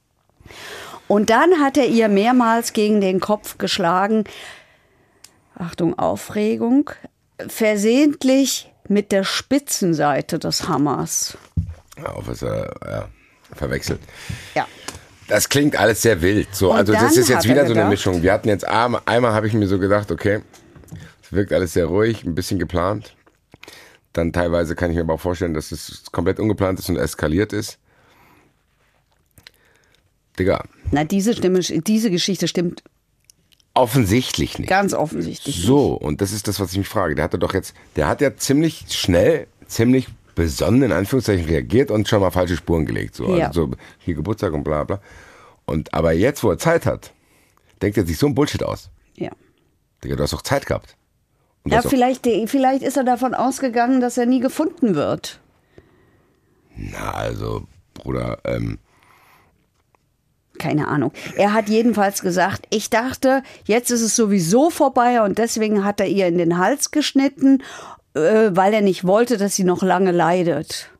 Und dann hat er ihr mehrmals gegen den Kopf geschlagen. Achtung, Aufregung. Versehentlich mit der Spitzenseite des Hammers. Ja, auf was er ja, verwechselt. Ja. Das klingt alles sehr wild. So, Und also das ist jetzt wieder so eine gedacht, Mischung. Wir hatten jetzt einmal, einmal habe ich mir so gedacht, okay, es wirkt alles sehr ruhig, ein bisschen geplant. Dann teilweise kann ich mir aber auch vorstellen, dass es komplett ungeplant ist und eskaliert ist. Digga. Na, diese Stimme, diese Geschichte stimmt offensichtlich nicht. Ganz offensichtlich So, nicht. und das ist das, was ich mich frage. Der hatte doch jetzt, der hat ja ziemlich schnell, ziemlich besonnen in Anführungszeichen reagiert und schon mal falsche Spuren gelegt. So, Ja. also so hier Geburtstag und bla bla. Und aber jetzt, wo er Zeit hat, denkt er sich so ein Bullshit aus. Ja. Digga, du hast doch Zeit gehabt. Und du Ja, hast doch- vielleicht, vielleicht ist er davon ausgegangen, dass er nie gefunden wird. Na, also, Bruder, ähm, Keine Ahnung. Er hat jedenfalls gesagt, ich dachte, jetzt ist es sowieso vorbei und deswegen hat er ihr in den Hals geschnitten, äh, weil er nicht wollte, dass sie noch lange leidet.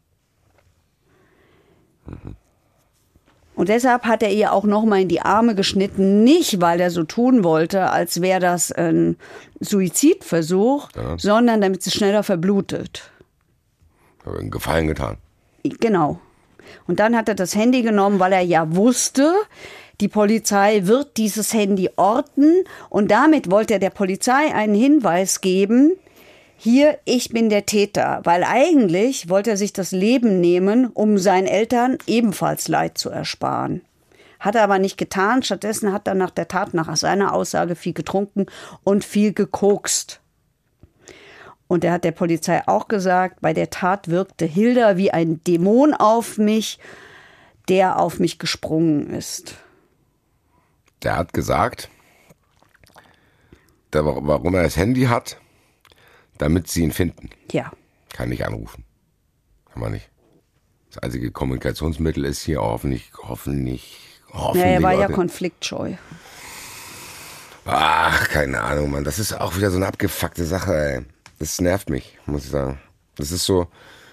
Mhm. Und deshalb hat er ihr auch noch mal in die Arme geschnitten, nicht weil er so tun wollte, als wäre das ein Suizidversuch, Ja. sondern damit sie schneller verblutet. habe einen Gefallen getan. Genau. Und dann hat er das Handy genommen, weil er ja wusste, die Polizei wird dieses Handy orten. Und damit wollte er der Polizei einen Hinweis geben, hier, ich bin der Täter. Weil eigentlich wollte er sich das Leben nehmen, um seinen Eltern ebenfalls Leid zu ersparen. Hat er aber nicht getan. Stattdessen hat er nach der Tat, nach seiner Aussage, viel getrunken und viel gekokst. Und er hat der Polizei auch gesagt, bei der Tat wirkte Hilda wie ein Dämon auf mich, der auf mich gesprungen ist. Der hat gesagt, der, warum er das Handy hat, damit sie ihn finden. Ja. Kann nicht anrufen. Kann man nicht. Das einzige Kommunikationsmittel ist hier hoffentlich, hoffentlich, hoffentlich. Ja, er war ja Leute. konfliktscheu. Ach, keine Ahnung, Mann. Das ist auch wieder so eine abgefuckte Sache, ey. Das nervt mich, muss ich sagen. Das ist so.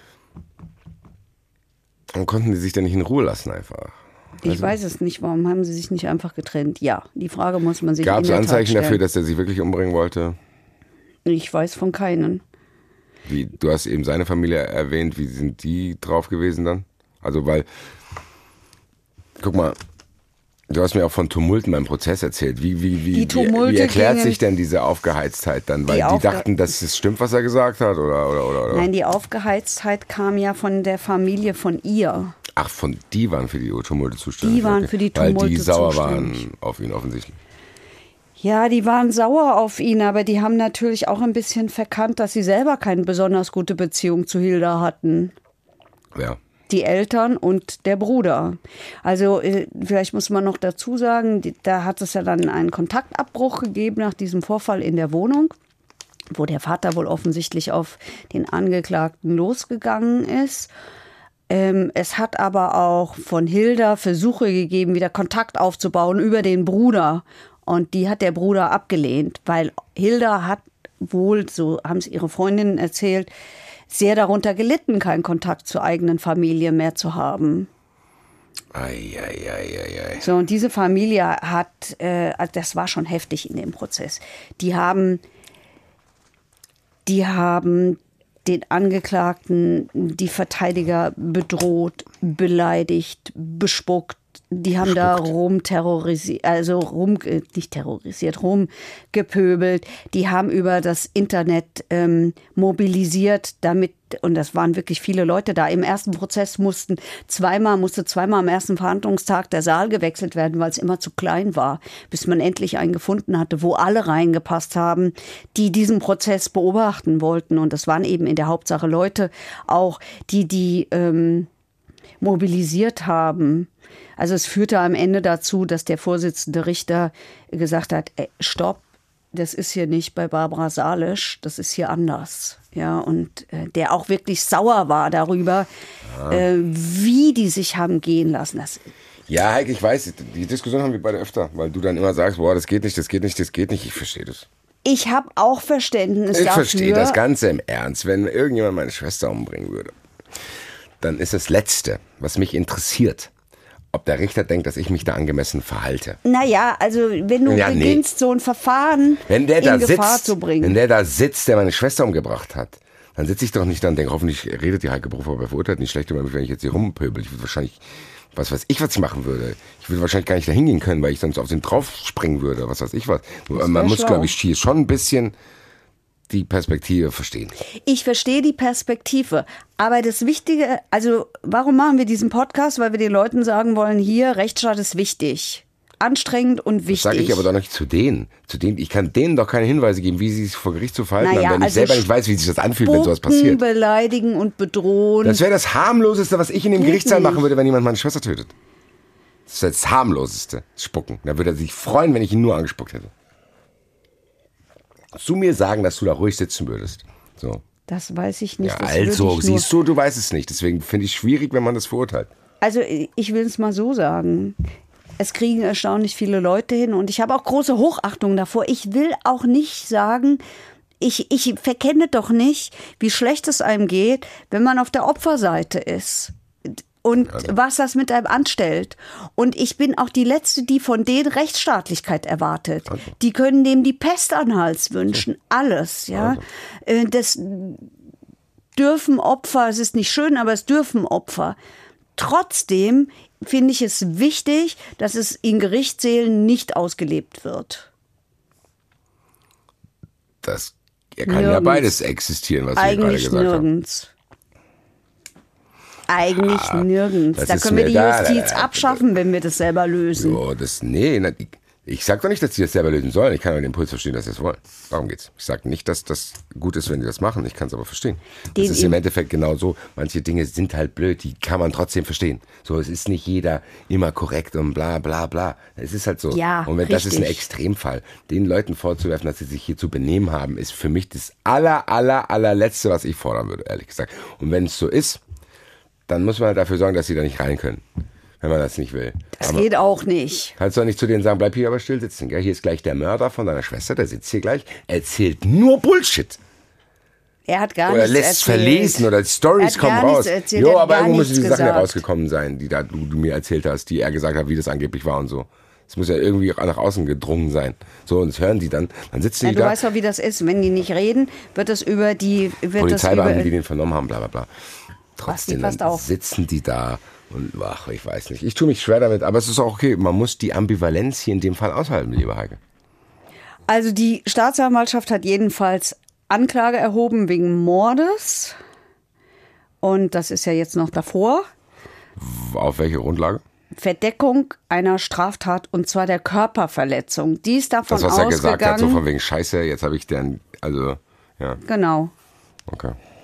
Warum konnten die sich denn nicht in Ruhe lassen einfach? Ich weiß es nicht, warum haben sie sich nicht einfach getrennt? Ja, die Frage muss man sich Gab in es der Tat Anzeichen stellen. dafür, dass er sie wirklich umbringen wollte? Ich weiß von keinen. Wie, du hast eben seine Familie erwähnt, wie sind die drauf gewesen dann? Also weil, guck mal, du hast mir auch von Tumulten beim Prozess erzählt. Wie, wie, wie, Die Tumulte wie, wie erklärt gingen- sich denn diese Aufgeheiztheit dann? Weil Die die, Aufge- dachten, dass es stimmt, was er gesagt hat? Oder, oder, oder, oder? Nein, die Aufgeheiztheit kam ja von der Familie von ihr. Ach, von die waren für die Tumulte zuständig. Die waren für die Weil Tumulte die sauer zuständig. waren auf ihn offensichtlich. Ja, die waren sauer auf ihn, aber die haben natürlich auch ein bisschen verkannt, dass sie selber keine besonders gute Beziehung zu Hilda hatten. Ja. die Eltern und der Bruder. Also äh, vielleicht muss man noch dazu sagen, die, da hat es ja dann einen Kontaktabbruch gegeben nach diesem Vorfall in der Wohnung, wo der Vater wohl offensichtlich auf den Angeklagten losgegangen ist. Ähm, es hat aber auch von Hilda Versuche gegeben, wieder Kontakt aufzubauen über den Bruder. Und die hat der Bruder abgelehnt, weil Hilda hat wohl, so haben es ihre Freundinnen erzählt, sehr darunter gelitten, keinen Kontakt zur eigenen Familie mehr zu haben. Ei, ei, ei, ei, ei. So, und diese Familie hat, äh, das war schon heftig in dem Prozess, die haben, die haben den Angeklagten, die Verteidiger bedroht, beleidigt, bespuckt. Die haben da rumterrorisiert, also rum, nicht terrorisiert, rumgepöbelt. Die haben über das Internet ähm, mobilisiert, damit, und das waren wirklich viele Leute da. Im ersten Prozess mussten zweimal, musste zweimal am ersten Verhandlungstag der Saal gewechselt werden, weil es immer zu klein war, bis man endlich einen gefunden hatte, wo alle reingepasst haben, die diesen Prozess beobachten wollten. Und das waren eben in der Hauptsache Leute auch, die die ähm, mobilisiert haben. Also es führte am Ende dazu, dass der Vorsitzende Richter gesagt hat, ey, stopp, das ist hier nicht bei Barbara Salisch, das ist hier anders. Ja, und äh, der auch wirklich sauer war darüber, ja. äh, wie die sich haben gehen lassen. Das, ja, Heike, ich weiß, die Diskussion haben wir beide öfter, weil du dann immer sagst, boah, das geht nicht, das geht nicht, das geht nicht. Ich verstehe das. Ich habe auch Verständnis ich dafür. Ich verstehe das Ganze im Ernst. Wenn irgendjemand meine Schwester umbringen würde, dann ist das Letzte, was mich interessiert, ob der Richter denkt, dass ich mich da angemessen verhalte. Naja, also wenn du ja, beginnst, nee. so ein Verfahren wenn der in da Gefahr sitzt, zu bringen. Wenn der da sitzt, der meine Schwester umgebracht hat, dann sitze ich doch nicht da und denke, hoffentlich redet die Heike Berufsverbot aber verurteilt nicht schlecht über mich, wenn ich jetzt hier rumpöbel. Ich würde wahrscheinlich, was weiß ich, was ich machen würde. Ich würde wahrscheinlich gar nicht da hingehen können, weil ich dann so auf den drauf springen würde, was weiß ich was. Man muss, glaube ich, hier schon ein bisschen die Perspektive verstehen. Ich verstehe die Perspektive, aber das Wichtige, also warum machen wir diesen Podcast? Weil wir den Leuten sagen wollen, hier, Rechtsstaat ist wichtig. Anstrengend und wichtig. Das sage ich aber doch nicht zu denen. Zu denen. Ich kann denen doch keine Hinweise geben, wie sie sich vor Gericht zu verhalten naja, haben, wenn also ich selber nicht weiß, wie sich das anfühlt, wenn sowas passiert. Beleidigen und bedrohen. Das wäre das harmloseste, was ich in dem Gerichtssaal machen würde, wenn jemand meine Schwester tötet. Das ist das harmloseste. Spucken. Da würde er sich freuen, wenn ich ihn nur angespuckt hätte. Zu mir sagen, dass du da ruhig sitzen würdest. So. Das weiß ich nicht. Ja, das also, ich siehst du, du weißt es nicht. Deswegen finde ich es schwierig, wenn man das verurteilt. Also, ich will es mal so sagen. Es kriegen erstaunlich viele Leute hin und ich habe auch große Hochachtung davor. Ich will auch nicht sagen, ich, ich verkenne doch nicht, wie schlecht es einem geht, wenn man auf der Opferseite ist. Und also. was das mit einem anstellt. Und ich bin auch die Letzte, die von denen Rechtsstaatlichkeit erwartet. Also. Die können dem die Pest an den Hals wünschen. Alles, ja. Also. Das dürfen Opfer, es ist nicht schön, aber es dürfen Opfer. Trotzdem finde ich es wichtig, dass es in Gerichtssälen nicht ausgelebt wird. Das ja, kann nirgends. ja beides existieren, was ich gerade gesagt habe. Nirgends. Eigentlich ah, nirgends. Da können wir die da, Justiz da, da, abschaffen, wenn wir das selber lösen. Jo, das, nee, na, ich sage doch nicht, dass die das selber lösen sollen. Ich kann aber den Impuls verstehen, dass sie das wollen. Darum geht's. Ich sage nicht, dass das gut ist, wenn die das machen. Ich kann es aber verstehen. Den das ist im Endeffekt genau so. Manche Dinge sind halt blöd, die kann man trotzdem verstehen. So, es ist nicht jeder immer korrekt und bla bla bla. Es ist halt so. Ja, und wenn richtig. das ist ein Extremfall. Den Leuten vorzuwerfen, dass sie sich hier zu benehmen haben, ist für mich das aller, aller, allerletzte, was ich fordern würde, ehrlich gesagt. Und wenn es so ist, dann muss man halt dafür sorgen, dass sie da nicht rein können, wenn man das nicht will. Das aber geht auch nicht. Kannst du doch nicht zu denen sagen, bleib hier aber still sitzen. Gell? Hier ist gleich der Mörder von deiner Schwester, der sitzt hier gleich, erzählt nur Bullshit. Er hat gar oder nichts lässt erzählt. verlesen oder Stories kommen raus. Erzählt, jo, aber irgendwo müssen die gesagt. Sachen herausgekommen sein, die da, du, du mir erzählt hast, die er gesagt hat, wie das angeblich war und so. Es muss ja irgendwie nach außen gedrungen sein. So, und das hören die dann. Dann sitzen ja, die du da. Du weißt doch, wie das ist. Wenn die nicht reden, wird das über die... Polizeibeamten, die den vernommen haben, bla bla bla. Trotzdem fast auf. sitzen die da und ach, ich weiß nicht. Ich tue mich schwer damit, aber es ist auch okay. Man muss die Ambivalenz hier in dem Fall aushalten, liebe Heike. Also die Staatsanwaltschaft hat jedenfalls Anklage erhoben wegen Mordes. Und das ist ja jetzt noch davor. Auf welche Grundlage? Verdeckung einer Straftat, und zwar der Körperverletzung. Die ist davon ausgegangen... Das, was er gesagt hat, so von wegen Scheiße, jetzt habe ich den, also, ja. Genau. Okay.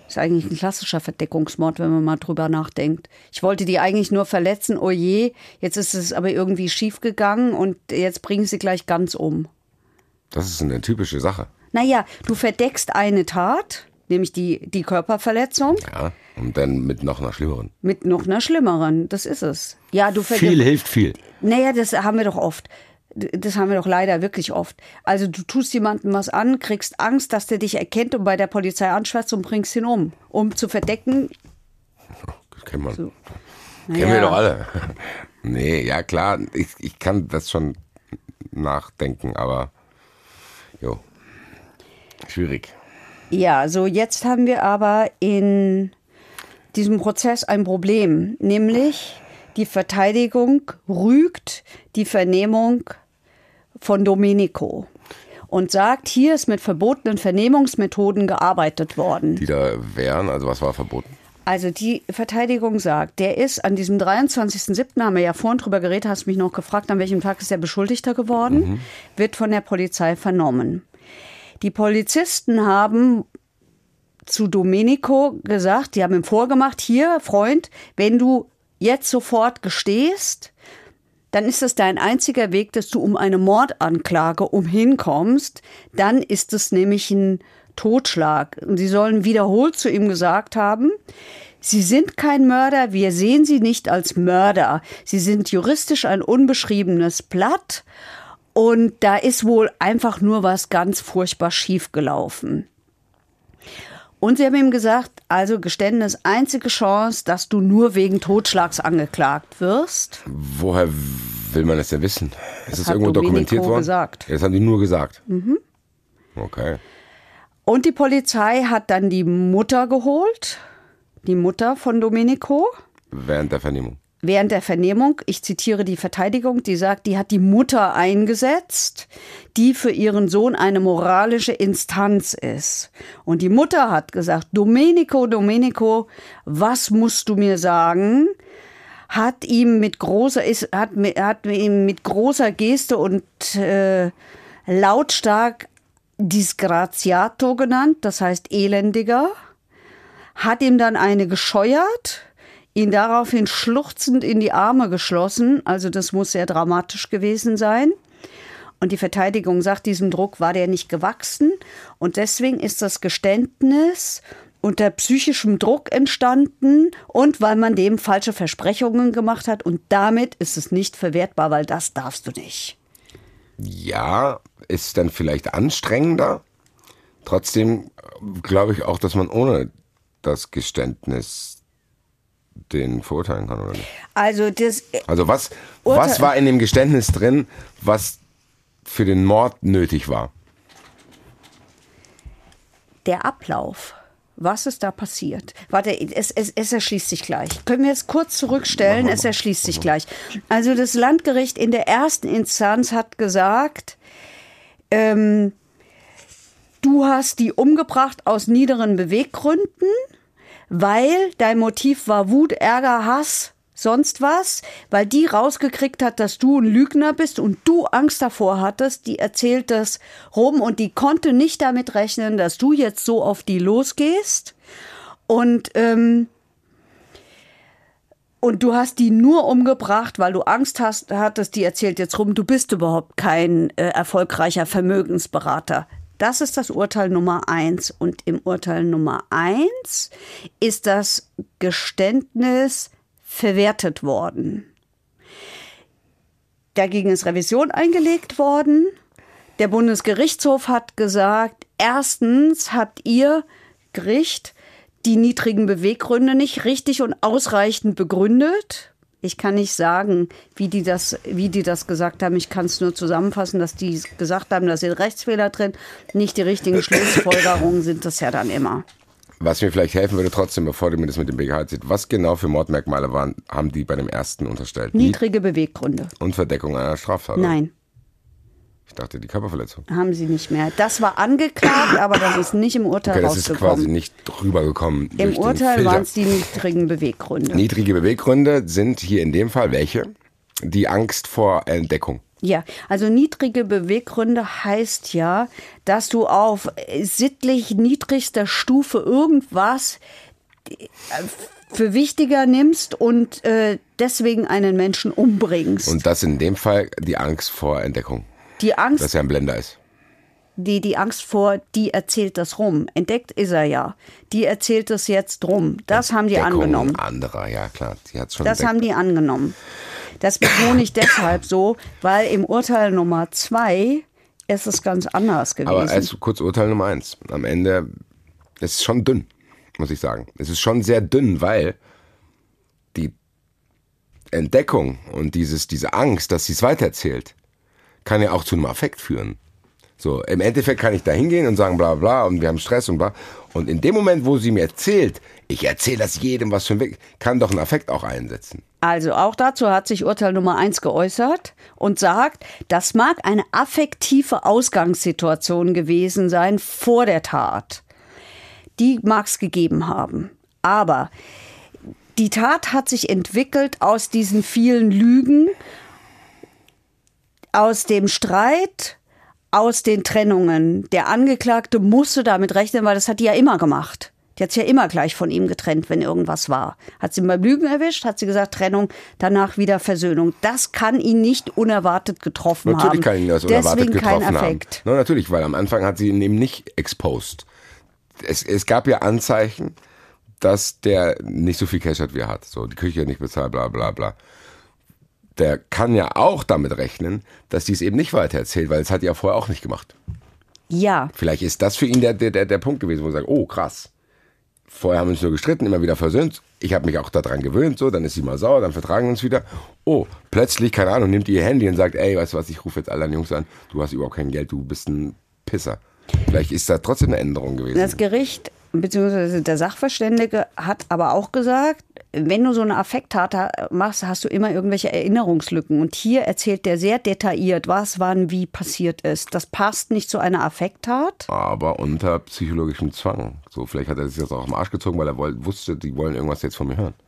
Ist eigentlich ein klassischer Verdeckungsmord, wenn man mal drüber nachdenkt. Ich wollte die eigentlich nur verletzen, oh je, jetzt ist es aber irgendwie schief gegangen und jetzt bringen sie gleich ganz um. Das ist eine typische Sache. Naja, du verdeckst eine Tat, nämlich die, die Körperverletzung. Ja, und dann mit noch einer schlimmeren. Mit noch einer schlimmeren, das ist es. Ja, du verdeckst. Viel hilft viel. Naja, das haben wir doch oft. Das haben wir doch leider wirklich oft. Also du tust jemandem was an, kriegst Angst, dass der dich erkennt und bei der Polizei anschwärzt und bringst ihn um. Um zu verdecken. Das kennt man. So. Kennen Naja. wir doch alle. Nee, ja klar, ich, ich kann das schon nachdenken, aber jo, schwierig. Ja, so jetzt haben wir aber in diesem Prozess ein Problem, nämlich die Verteidigung rügt die Vernehmung von Domenico und sagt, hier ist mit verbotenen Vernehmungsmethoden gearbeitet worden. Die da wären, also was war verboten? Also die Verteidigung sagt, der ist an diesem dreiundzwanzigsten siebten haben wir ja vorhin drüber geredet, hast mich noch gefragt, an welchem Tag ist der Beschuldigter geworden, mhm. wird von der Polizei vernommen. Die Polizisten haben zu Domenico gesagt, die haben ihm vorgemacht, hier, Freund, wenn du jetzt sofort gestehst, dann ist das dein einziger Weg, dass du um eine Mordanklage umhinkommst. Dann ist es nämlich ein Totschlag. Und sie sollen wiederholt zu ihm gesagt haben, Sie sind kein Mörder, wir sehen Sie nicht als Mörder. Sie sind juristisch ein unbeschriebenes Blatt und da ist wohl einfach nur was ganz furchtbar schief gelaufen. Und sie haben ihm gesagt, also Geständnis, einzige Chance, dass du nur wegen Totschlags angeklagt wirst. Woher will man das denn wissen? Das ist es hat irgendwo Domenico dokumentiert worden? gesagt. Ja, das haben die nur gesagt. Mhm. Okay. Und die Polizei hat dann die Mutter geholt, die Mutter von Domenico. Während der Vernehmung. Während der Vernehmung, ich zitiere die Verteidigung, die sagt, die hat die Mutter eingesetzt, die für ihren Sohn eine moralische Instanz ist. Und die Mutter hat gesagt, Domenico, Domenico, was musst du mir sagen? Hat ihm mit großer, ist, hat, hat ihm mit großer Geste und äh, lautstark Disgraziato genannt, das heißt elendiger, hat ihm dann eine gescheuert, ihn daraufhin schluchzend in die Arme geschlossen. Also das muss sehr dramatisch gewesen sein. Und die Verteidigung sagt, diesem Druck war der nicht gewachsen. Und deswegen ist das Geständnis unter psychischem Druck entstanden und weil man dem falsche Versprechungen gemacht hat. Und damit ist es nicht verwertbar, weil das darfst du nicht. Ja, ist dann vielleicht anstrengender. Trotzdem glaube ich auch, dass man ohne das Geständnis den verurteilen kann, oder nicht? Also, das also was, was war in dem Geständnis drin, was für den Mord nötig war? Der Ablauf. Was ist da passiert? Warte, es, es, es erschließt sich gleich. Können wir es kurz zurückstellen? Es erschließt sich gleich. Also das Landgericht in der ersten Instanz hat gesagt, ähm, du hast die umgebracht aus niederen Beweggründen, weil dein Motiv war Wut, Ärger, Hass, sonst was, weil die rausgekriegt hat, dass du ein Lügner bist und du Angst davor hattest, die erzählt das rum und die konnte nicht damit rechnen, dass du jetzt so auf die losgehst und ähm, und du hast die nur umgebracht, weil du Angst hast, hattest, die erzählt jetzt rum, du bist überhaupt kein äh, erfolgreicher Vermögensberater. Das ist das Urteil Nummer eins. Und im Urteil Nummer eins ist das Geständnis verwertet worden. Dagegen ist Revision eingelegt worden. Der Bundesgerichtshof hat gesagt, erstens habt ihr, Gericht, die niedrigen Beweggründe nicht richtig und ausreichend begründet. Ich kann nicht sagen, wie die das, wie die das gesagt haben. Ich kann es nur zusammenfassen, dass die gesagt haben, da sind Rechtsfehler drin. Nicht die richtigen Schlussfolgerungen sind das ja dann immer. Was mir vielleicht helfen würde trotzdem, bevor du mir das mit dem B G H erzählst, was genau für Mordmerkmale waren, haben die bei dem ersten unterstellt? Niedrige Beweggründe. Und Verdeckung einer Straftat? Nein. Ich dachte, die Körperverletzung. Haben sie nicht mehr. Das war angeklagt, aber das ist nicht im Urteil okay, das rausgekommen. ist quasi nicht rübergekommen. Im Urteil waren es die niedrigen Beweggründe. Niedrige Beweggründe sind hier in dem Fall welche? Die Angst vor Entdeckung. Ja, also niedrige Beweggründe heißt ja, dass du auf sittlich niedrigster Stufe irgendwas für wichtiger nimmst und äh, deswegen einen Menschen umbringst. Und das in dem Fall die Angst vor Entdeckung. Die Angst, dass er ein Blender ist. Die, die Angst vor, die erzählt das rum. Entdeckt ist er ja. Die erzählt es jetzt rum. Das haben die Entdeckung angenommen. Anderer, ja klar. Die hat's schon das entdeckt. haben die angenommen. Das betone ich deshalb so, weil im Urteil Nummer zwei ist es ganz anders gewesen. Aber als kurz Urteil Nummer eins. Am Ende ist es schon dünn, muss ich sagen. Es ist schon sehr dünn, weil die Entdeckung und dieses, diese Angst, dass sie es weitererzählt, kann ja auch zu einem Affekt führen. So, im Endeffekt kann ich da hingehen und sagen bla bla und wir haben Stress und bla. Und in dem Moment, wo sie mir erzählt, ich erzähle das jedem, was für ein Weg, kann doch ein Affekt auch einsetzen. Also auch dazu hat sich Urteil Nummer eins geäußert und sagt, das mag eine affektive Ausgangssituation gewesen sein vor der Tat. Die mag es gegeben haben. Aber die Tat hat sich entwickelt aus diesen vielen Lügen, aus dem Streit, aus den Trennungen. Der Angeklagte musste damit rechnen, weil das hat die ja immer gemacht. Die hat sich ja immer gleich von ihm getrennt, wenn irgendwas war. Hat sie beim Lügen erwischt, hat sie gesagt, Trennung, danach wieder Versöhnung. Das kann ihn nicht unerwartet getroffen natürlich haben. Natürlich kann ihn das unerwartet Deswegen getroffen kein haben. Affekt. No, natürlich, weil am Anfang hat sie ihn eben nicht exposed. Es, es gab ja Anzeichen, dass der nicht so viel Cash hat, wie er hat. So, die Küche nicht bezahlt, bla bla bla. Der kann ja auch damit rechnen, dass die es eben nicht weitererzählt, weil es hat die ja vorher auch nicht gemacht. Ja. Vielleicht ist das für ihn der, der, der Punkt gewesen, wo er sagt, oh krass, vorher haben wir uns nur gestritten, immer wieder versöhnt, ich habe mich auch daran gewöhnt, so, dann ist sie mal sauer, dann vertragen wir uns wieder. Oh, plötzlich, keine Ahnung, nimmt die ihr Handy und sagt, ey, weißt du was, ich rufe jetzt alle Jungs an, du hast überhaupt kein Geld, du bist ein Pisser. Vielleicht ist da trotzdem eine Änderung gewesen. Das Gericht bzw. der Sachverständige hat aber auch gesagt, wenn du so eine Affekttat machst, hast du immer irgendwelche Erinnerungslücken. Und hier erzählt der sehr detailliert, was wann wie passiert ist. Das passt nicht zu einer Affekttat. Aber unter psychologischem Zwang. So, vielleicht hat er sich das auch am Arsch gezogen, weil er wusste, die wollen irgendwas jetzt von mir hören.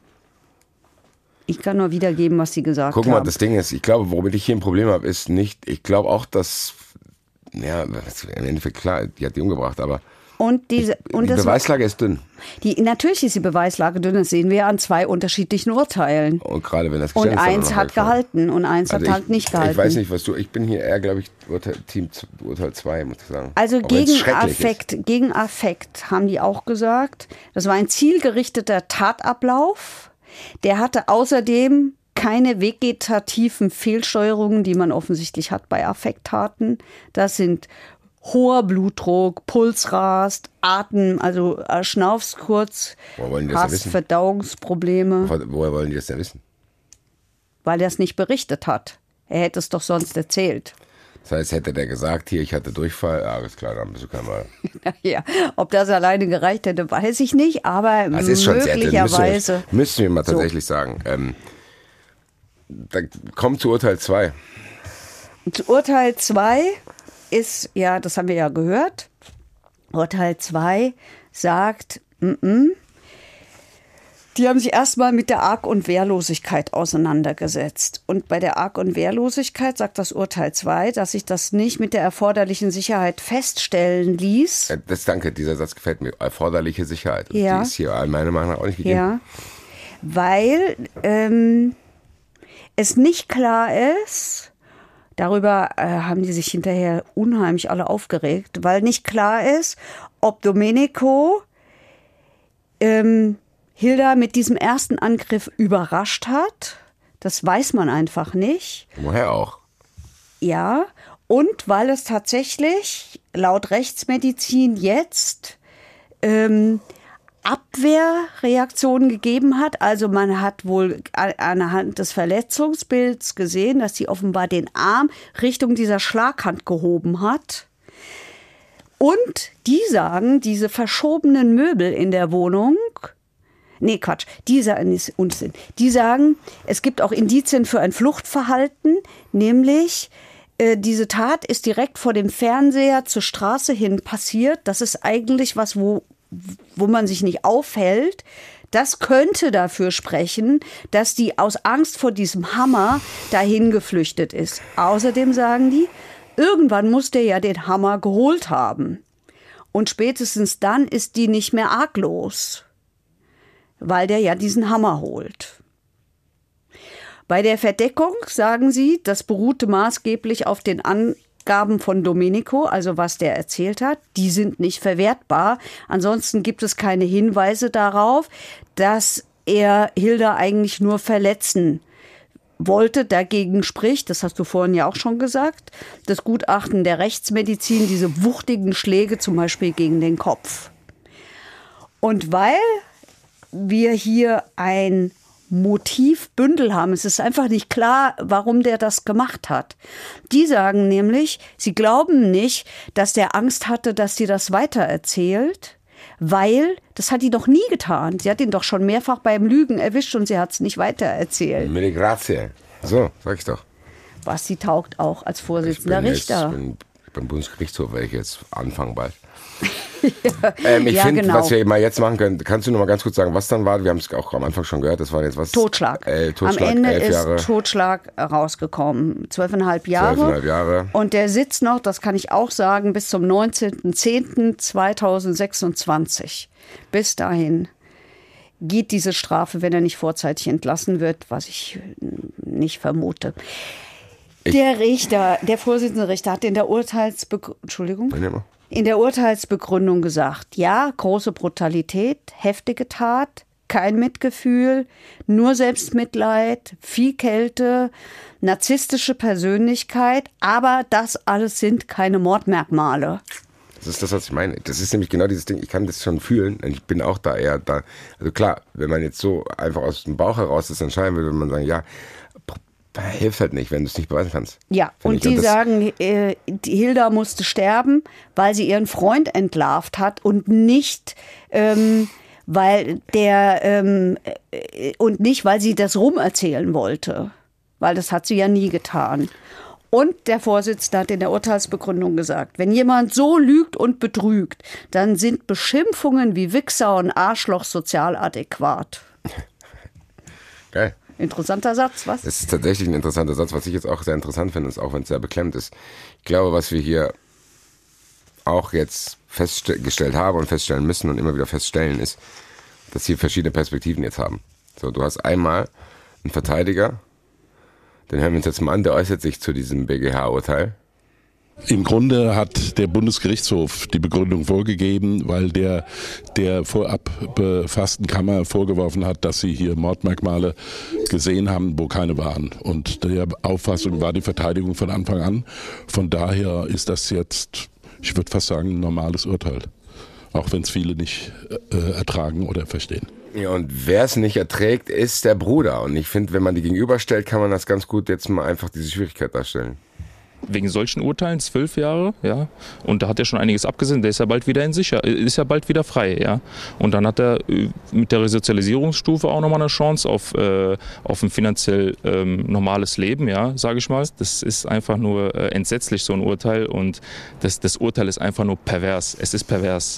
Ich kann nur wiedergeben, was sie gesagt Guck haben. Guck mal, das Ding ist, ich glaube, womit ich hier ein Problem habe, ist nicht, ich glaube auch, dass, ja, im Endeffekt klar, die hat die umgebracht, aber Und diese, ich, und die das Beweislage ist dünn. Die, natürlich ist die Beweislage dünn, das sehen wir ja an zwei unterschiedlichen Urteilen. Und gerade wenn das Und Geständnis dann eins noch hat wegfällt. gehalten und eins Also hat ich, halt nicht gehalten. Ich weiß nicht, was du, ich bin hier eher, glaube ich, Urteil, Team Urteil zwei, muss ich sagen. Also Auch wenn's gegen schrecklich Affekt, ist. gegen Affekt haben die auch gesagt, das war ein zielgerichteter Tatablauf. Der hatte außerdem keine vegetativen Fehlsteuerungen, die man offensichtlich hat bei Affekttaten. Das sind hoher Blutdruck, Puls rast, Atem, also äh, schnaufst kurz, Woher wollen die das denn hast wissen? Verdauungsprobleme, Wo- Woher wollen die das denn wissen? weil er es nicht berichtet hat. Er hätte es doch sonst erzählt. Das heißt, hätte der gesagt, hier, ich hatte Durchfall, ja, alles klar, dann bist du kein Mal. Ja, ob das alleine gereicht hätte, weiß ich nicht, aber Das ist schon sehr dünn, möglicherweise. müssen wir, müssen wir mal tatsächlich So. sagen. Ähm, da kommt zu Urteil zwei. Zu Urteil zwei ist, ja, das haben wir ja gehört, Urteil zwei sagt, m -m, die haben sich erstmal mit der Arg- und Wehrlosigkeit auseinandergesetzt. Und bei der Arg- und Wehrlosigkeit sagt das Urteil zwei, dass sich das nicht mit der erforderlichen Sicherheit feststellen ließ. Äh, Das, danke, dieser Satz gefällt mir. Erforderliche Sicherheit. Und Ja. Die ist hier meiner Meinung nach auch nicht gegeben. Ja, weil ähm, es nicht klar ist, darüber äh, haben die sich hinterher unheimlich alle aufgeregt, weil nicht klar ist, ob Domenico ähm, Hilda mit diesem ersten Angriff überrascht hat. Das weiß man einfach nicht. Woher auch? Ja, und weil es tatsächlich laut Rechtsmedizin jetzt ähm, Abwehrreaktionen gegeben hat. Also man hat wohl anhand des Verletzungsbilds gesehen, dass sie offenbar den Arm Richtung dieser Schlaghand gehoben hat. Und die sagen, diese verschobenen Möbel in der Wohnung, nee, Quatsch, die sagen, ist Unsinn. Die sagen, es gibt auch Indizien für ein Fluchtverhalten, nämlich äh, diese Tat ist direkt vor dem Fernseher zur Straße hin passiert. Das ist eigentlich was, wo wo man sich nicht aufhält. Das könnte dafür sprechen, dass die aus Angst vor diesem Hammer dahin geflüchtet ist. Außerdem sagen die, irgendwann muss der ja den Hammer geholt haben. Und spätestens dann ist die nicht mehr arglos, weil der ja diesen Hammer holt. Bei der Verdeckung sagen sie, das beruhte maßgeblich auf den Angaben von Domenico, also was der erzählt hat. Die sind nicht verwertbar. Ansonsten gibt es keine Hinweise darauf, dass er Hilda eigentlich nur verletzen wollte. Dagegen spricht, das hast du vorhin ja auch schon gesagt, das Gutachten der Rechtsmedizin, diese wuchtigen Schläge zum Beispiel gegen den Kopf. Und weil wir hier ein Motivbündel haben. Es ist einfach nicht klar, warum der das gemacht hat. Die sagen nämlich, sie glauben nicht, dass der Angst hatte, dass sie das weitererzählt, weil das hat die doch nie getan. Sie hat ihn doch schon mehrfach beim Lügen erwischt und sie hat es nicht weitererzählt. Mille grazie. So, sag ich doch. Was sie taugt auch als Vorsitzender ich bin Richter. Jetzt, ich bin beim Bundesgerichtshof, werde ich jetzt anfangen bald. ja, ähm, ich ja, finde, genau. was wir mal jetzt machen können, kannst du noch mal ganz kurz sagen, was dann war? Wir haben es auch am Anfang schon gehört, das war jetzt was? Totschlag. Äh, Totschlag, am Ende elf ist Jahre. Totschlag rausgekommen. Zwölfeinhalb Jahre. Zwölfeinhalb Jahre. Und der sitzt noch, das kann ich auch sagen, bis zum neunzehnten zehnten zweitausendsechsundzwanzig. Bis dahin geht diese Strafe, wenn er nicht vorzeitig entlassen wird, was ich nicht vermute. Ich der Richter, der Vorsitzende Richter hat in der Urteilsbegründung, Entschuldigung, in der Urteilsbegründung gesagt, ja, große Brutalität, heftige Tat, kein Mitgefühl, nur Selbstmitleid, viel Kälte, narzisstische Persönlichkeit, aber das alles sind keine Mordmerkmale. Das ist das, was ich meine. Das ist nämlich genau dieses Ding, ich kann das schon fühlen. Ich bin auch da eher da. Also klar, wenn man jetzt so einfach aus dem Bauch heraus das entscheiden will, würde man sagen, ja, hilft halt nicht, wenn du es nicht beweisen kannst. Ja, und die und sagen, äh, die Hilda musste sterben, weil sie ihren Freund entlarvt hat und nicht, ähm, weil der ähm, äh, und nicht, weil sie das rumerzählen wollte. Weil das hat sie ja nie getan. Und der Vorsitzende hat in der Urteilsbegründung gesagt, wenn jemand so lügt und betrügt, dann sind Beschimpfungen wie Wichser und Arschloch sozial adäquat. Geil. Interessanter Satz, was? Das ist tatsächlich ein interessanter Satz, was ich jetzt auch sehr interessant finde, ist, auch wenn es sehr beklemmt ist. Ich glaube, was wir hier auch jetzt festgestellt haben und feststellen müssen und immer wieder feststellen, ist, dass wir verschiedene Perspektiven jetzt haben. So, du hast einmal einen Verteidiger, den hören wir uns jetzt mal an, der äußert sich zu diesem B G H-Urteil. Im Grunde hat der Bundesgerichtshof die Begründung vorgegeben, weil der der vorab befassten Kammer vorgeworfen hat, dass sie hier Mordmerkmale gesehen haben, wo keine waren. Und der Auffassung war die Verteidigung von Anfang an. Von daher ist das jetzt, ich würde fast sagen, ein normales Urteil. Auch wenn es viele nicht äh, ertragen oder verstehen. Ja, und wer es nicht erträgt, ist der Bruder. Und ich finde, wenn man die gegenüberstellt, kann man das ganz gut jetzt mal einfach diese Schwierigkeit darstellen. Wegen solchen Urteilen, zwölf Jahre, ja. Und da hat er schon einiges abgesehen, der ist ja bald wieder in sicher, ist ja bald wieder frei, ja. Und dann hat er mit der Resozialisierungsstufe auch nochmal eine Chance auf, äh, auf ein finanziell ähm, normales Leben, ja, sage ich mal. Das ist einfach nur äh, entsetzlich, so ein Urteil. Und das, das Urteil ist einfach nur pervers. Es ist pervers.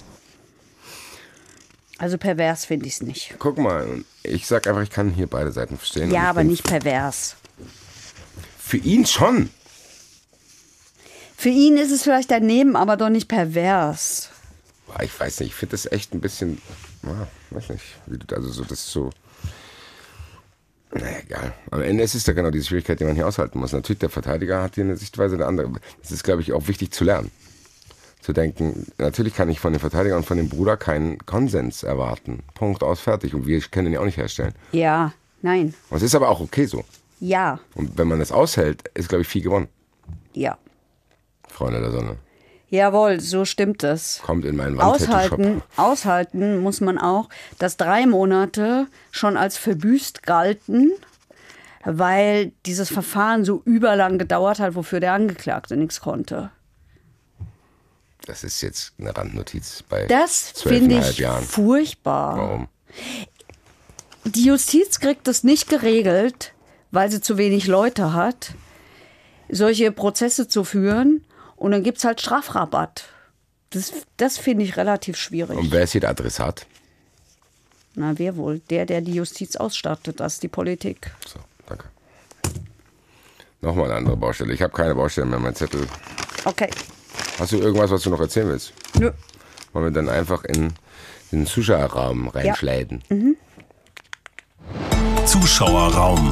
Also pervers finde ich es nicht. Guck mal, ich sag einfach, ich kann hier beide Seiten verstehen. Ja, aber nicht pervers. Für ihn schon. Für ihn ist es vielleicht daneben, aber doch nicht pervers. Ich weiß nicht, ich finde das echt ein bisschen, ja, weiß nicht, also so, das ist so, naja, egal. Am Ende ist es ja genau diese Schwierigkeit, die man hier aushalten muss. Natürlich, der Verteidiger hat hier eine Sichtweise, der andere. Das ist, glaube ich, auch wichtig zu lernen. Zu denken, natürlich kann ich von dem Verteidiger und von dem Bruder keinen Konsens erwarten. Punkt, aus, fertig. Und wir können den ja auch nicht herstellen. Ja, nein. Und es ist aber auch okay so. Ja. Und wenn man das aushält, ist, glaube ich, viel gewonnen. Ja. Freunde der Sonne. Jawohl, so stimmt es. Kommt in meinen Aushalten, Wandtattoo-Shop. Aushalten muss man auch, dass drei Monate schon als verbüßt galten, weil dieses Verfahren so überlang gedauert hat, wofür der Angeklagte nichts konnte. Das ist jetzt eine Randnotiz bei Das finde ich Jahren. furchtbar. Warum? Die Justiz kriegt das nicht geregelt, weil sie zu wenig Leute hat, solche Prozesse zu führen. Und dann gibt es halt Strafrabatt. Das, das finde ich relativ schwierig. Und wer ist hier der Adressat? Na, wer wohl? Der, der die Justiz ausstattet, das ist die Politik. So, danke. Nochmal eine andere Baustelle. Ich habe keine Baustelle mehr, mein Zettel. Okay. Hast du irgendwas, was du noch erzählen willst? Nö. Wollen wir dann einfach in den Zuschauerraum reinschleiten? Ja. Mhm. Zuschauerraum.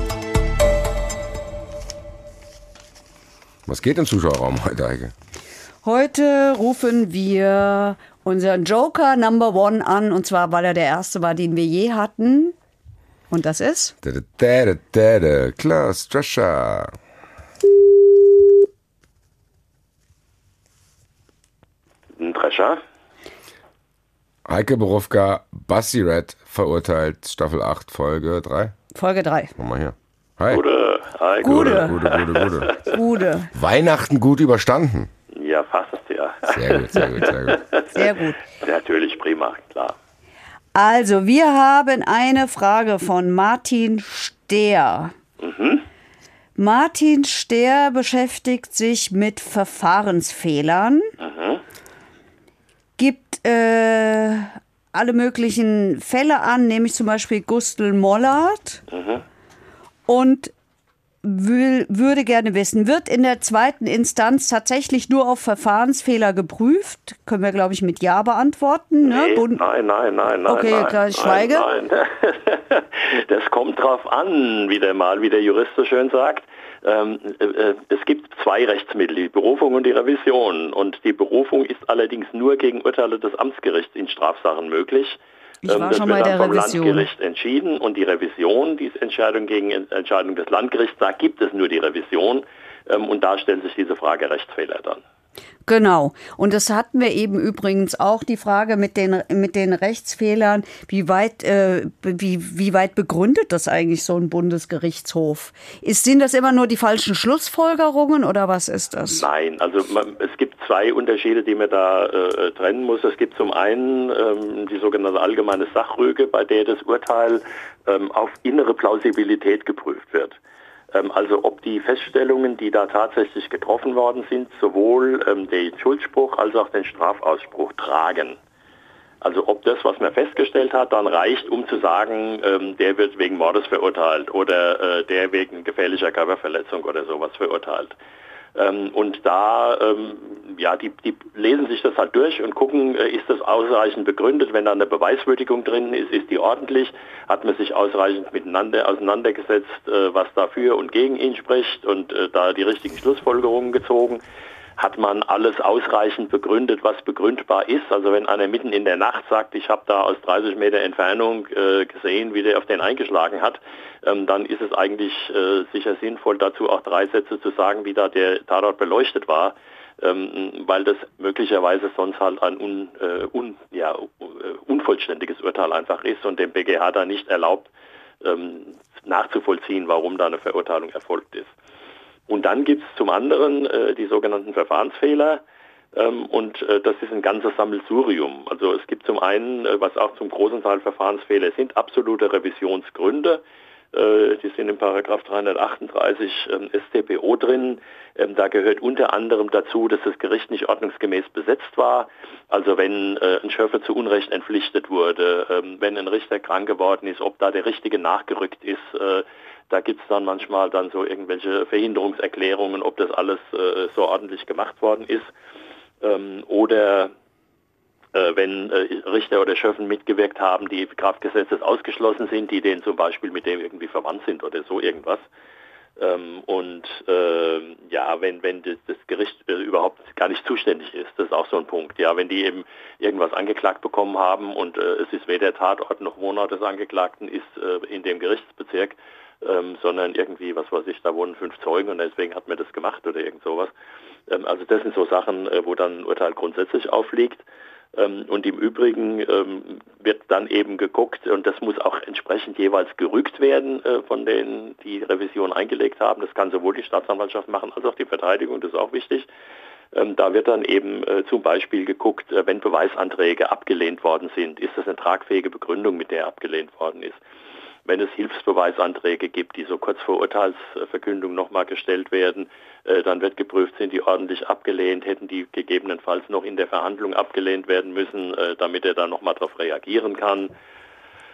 Was geht im Zuschauerraum heute, Heike? Heute rufen wir unseren Joker Number One an, und zwar, weil er der erste war, den wir je hatten. Und das ist? Da, da, da, da, da. Klaus Drescher. Drescher? Heike Borufka, Bassi Red, verurteilt, Staffel acht, Folge drei. Folge drei. Mach mal hier. Hi. Gute. Hi, Gute. Gute, gute, gute. Gute. Weihnachten gut überstanden. Ja, fast ja. Sehr gut, sehr gut, sehr gut. Sehr gut. Natürlich, prima, klar. Also, wir haben eine Frage von Martin Stehr. Mhm. Martin Stehr beschäftigt sich mit Verfahrensfehlern, Mhm. gibt äh, alle möglichen Fälle an, nämlich zum Beispiel Gustl Mollert, Mhm. und will, würde gerne wissen, wird in der zweiten Instanz tatsächlich nur auf Verfahrensfehler geprüft? Können wir, glaube ich, mit Ja beantworten. Ne? Nee, Bund- nein, nein, nein, nein. Okay, nein, klar, ich schweige. Nein, nein. Das kommt drauf an, wieder mal, wie der Jurist so schön sagt. Ähm, äh, es gibt zwei Rechtsmittel, die Berufung und die Revision. Und die Berufung ist allerdings nur gegen Urteile des Amtsgerichts in Strafsachen möglich. Ich war das schon wird bei dann der vom Revision. Landgericht entschieden, und die Revision, die ist Entscheidung gegen Entscheidung des Landgerichts, da gibt es nur die Revision, ähm, und da stellt sich diese Frage Rechtsfehler dann. Genau. Und das hatten wir eben übrigens auch, die Frage mit den, mit den Rechtsfehlern, wie weit, äh, wie, wie weit begründet das eigentlich so ein Bundesgerichtshof? Ist, sind das immer nur die falschen Schlussfolgerungen oder was ist das? Nein, also man, es gibt zwei Unterschiede, die man da äh, trennen muss. Es gibt zum einen ähm, die sogenannte allgemeine Sachrüge, bei der das Urteil ähm, auf innere Plausibilität geprüft wird. Ähm, also ob die Feststellungen, die da tatsächlich getroffen worden sind, sowohl ähm, den Schuldspruch als auch den Strafausspruch tragen. Also ob das, was man festgestellt hat, dann reicht, um zu sagen, ähm, der wird wegen Mordes verurteilt oder äh, der wegen gefährlicher Körperverletzung oder sowas verurteilt. Ähm, und da, ähm, ja, die, die lesen sich das halt durch und gucken, äh, ist das ausreichend begründet, wenn da eine Beweiswürdigung drin ist, ist die ordentlich, hat man sich ausreichend miteinander auseinandergesetzt, äh, was dafür und gegen ihn spricht, und äh, da die richtigen Schlussfolgerungen gezogen. Hat man alles ausreichend begründet, was begründbar ist? Also wenn einer mitten in der Nacht sagt, ich habe da aus dreißig Meter Entfernung äh, gesehen, wie der auf den eingeschlagen hat, ähm, dann ist es eigentlich äh, sicher sinnvoll, dazu auch drei Sätze zu sagen, wie da der Tatort beleuchtet war, ähm, weil das möglicherweise sonst halt ein un, äh, un, ja, unvollständiges Urteil einfach ist und dem B G H da nicht erlaubt, ähm, nachzuvollziehen, warum da eine Verurteilung erfolgt ist. Und dann gibt es zum anderen äh, die sogenannten Verfahrensfehler, ähm, und äh, das ist ein ganzes Sammelsurium. Also es gibt zum einen, äh, was auch zum großen Teil Verfahrensfehler sind, absolute Revisionsgründe. Äh, die sind im Paragraph dreihundertachtunddreißig ähm, S t p O drin. Ähm, da gehört unter anderem dazu, dass das Gericht nicht ordnungsgemäß besetzt war. Also wenn äh, ein Schöffe zu Unrecht entpflichtet wurde, ähm, wenn ein Richter krank geworden ist, ob da der Richtige nachgerückt ist. Äh, Da gibt es dann manchmal dann so irgendwelche Verhinderungserklärungen, ob das alles äh, so ordentlich gemacht worden ist. Ähm, oder äh, wenn äh, Richter oder Schöffen mitgewirkt haben, die Kraftgesetzes ausgeschlossen sind, die denen zum Beispiel mit dem irgendwie verwandt sind oder so irgendwas. Ähm, und äh, ja, wenn, wenn das, das Gericht äh, überhaupt gar nicht zuständig ist, das ist auch so ein Punkt. Ja, wenn die eben irgendwas angeklagt bekommen haben und äh, es ist weder Tatort noch Wohnort des Angeklagten ist äh, in dem Gerichtsbezirk, Ähm, sondern irgendwie, was weiß ich, da wohnen fünf Zeugen und deswegen hat man das gemacht oder irgend sowas. Ähm, also das sind so Sachen, äh, wo dann ein Urteil grundsätzlich aufliegt. Ähm, und im Übrigen ähm, wird dann eben geguckt, und das muss auch entsprechend jeweils gerügt werden äh, von denen, die Revision eingelegt haben. Das kann sowohl die Staatsanwaltschaft machen als auch die Verteidigung, das ist auch wichtig. Ähm, da wird dann eben äh, zum Beispiel geguckt, äh, wenn Beweisanträge abgelehnt worden sind, ist das eine tragfähige Begründung, mit der abgelehnt worden ist. Wenn es Hilfsbeweisanträge gibt, die so kurz vor Urteilsverkündung nochmal gestellt werden, äh, dann wird geprüft, sind die ordentlich abgelehnt, hätten die gegebenenfalls noch in der Verhandlung abgelehnt werden müssen, äh, damit er dann nochmal darauf reagieren kann.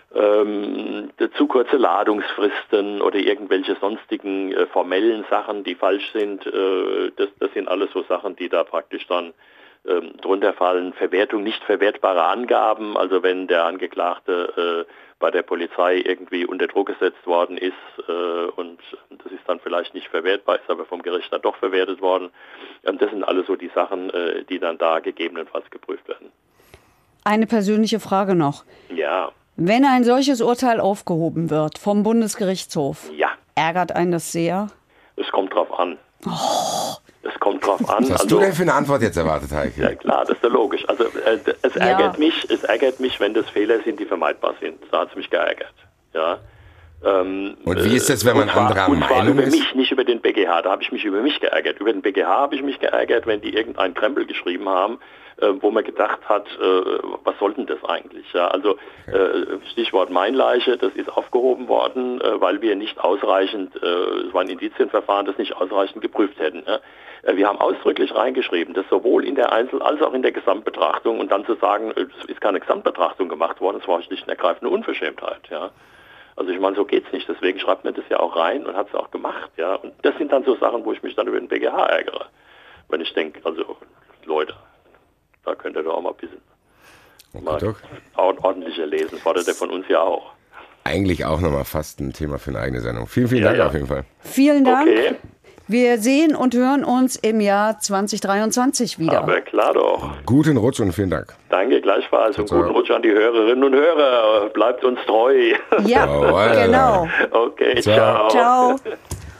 ähm, zu kurze Ladungsfristen oder irgendwelche sonstigen äh, formellen Sachen, die falsch sind. Äh, das, das sind alles so Sachen, die da praktisch dann ähm, drunter fallen. Verwertung nicht verwertbare Angaben, also wenn der Angeklagte äh, bei der Polizei irgendwie unter Druck gesetzt worden ist äh, und das ist dann vielleicht nicht verwertbar, ist aber vom Gericht dann doch verwertet worden. Ähm, das sind alles so die Sachen, äh, die dann da gegebenenfalls geprüft werden. Eine persönliche Frage noch. Ja. Wenn ein solches Urteil aufgehoben wird vom Bundesgerichtshof, ja. ärgert einen das sehr? Es kommt drauf an. Oh. Es kommt drauf an. Was hast also, du denn für eine Antwort jetzt erwartet, Heike? Ja klar, das ist ja logisch. Also äh, es ja. ärgert mich, es ärgert mich, wenn das Fehler sind, die vermeidbar sind. Da hat es mich geärgert. Ja. Ähm, und wie ist das, wenn man zwar, anderer und zwar Meinung über ist? mich, nicht über den B G H. Da habe ich mich über mich geärgert. Über den B G H habe ich mich geärgert, wenn die irgendeinen Krempel geschrieben haben, äh, wo man gedacht hat, äh, was soll denn das eigentlich? Ja, also äh, Stichwort Mainleiche, das ist aufgehoben worden, äh, weil wir nicht ausreichend, äh, es war ein Indizienverfahren, das nicht ausreichend geprüft hätten. Ja? Äh, wir haben ausdrücklich reingeschrieben, dass sowohl in der Einzel- als auch in der Gesamtbetrachtung und dann zu sagen, es ist keine Gesamtbetrachtung gemacht worden, das war schlicht und ergreifende Unverschämtheit. Ja? Also ich meine, so geht's nicht. Deswegen schreibt man das ja auch rein und hat es auch gemacht. Ja, und das sind dann so Sachen, wo ich mich dann über den B G H ärgere. Wenn ich denke, also Leute, da könnt ihr doch auch mal ein bisschen okay, mal doch. ordentlicher lesen. Fordert er von uns ja auch. Eigentlich auch nochmal fast ein Thema für eine eigene Sendung. Vielen, vielen Ja, Dank ja. auf jeden Fall. Vielen Dank. Okay, Wir sehen und hören uns im Jahr zwanzig dreiundzwanzig wieder. aber klar doch. Guten Rutsch und vielen Dank. Danke gleichfalls und Ciao. guten Rutsch an die Hörerinnen und Hörer. Bleibt uns treu. Ja, Jawohl. genau. Okay, Ciao. ciao. Ciao.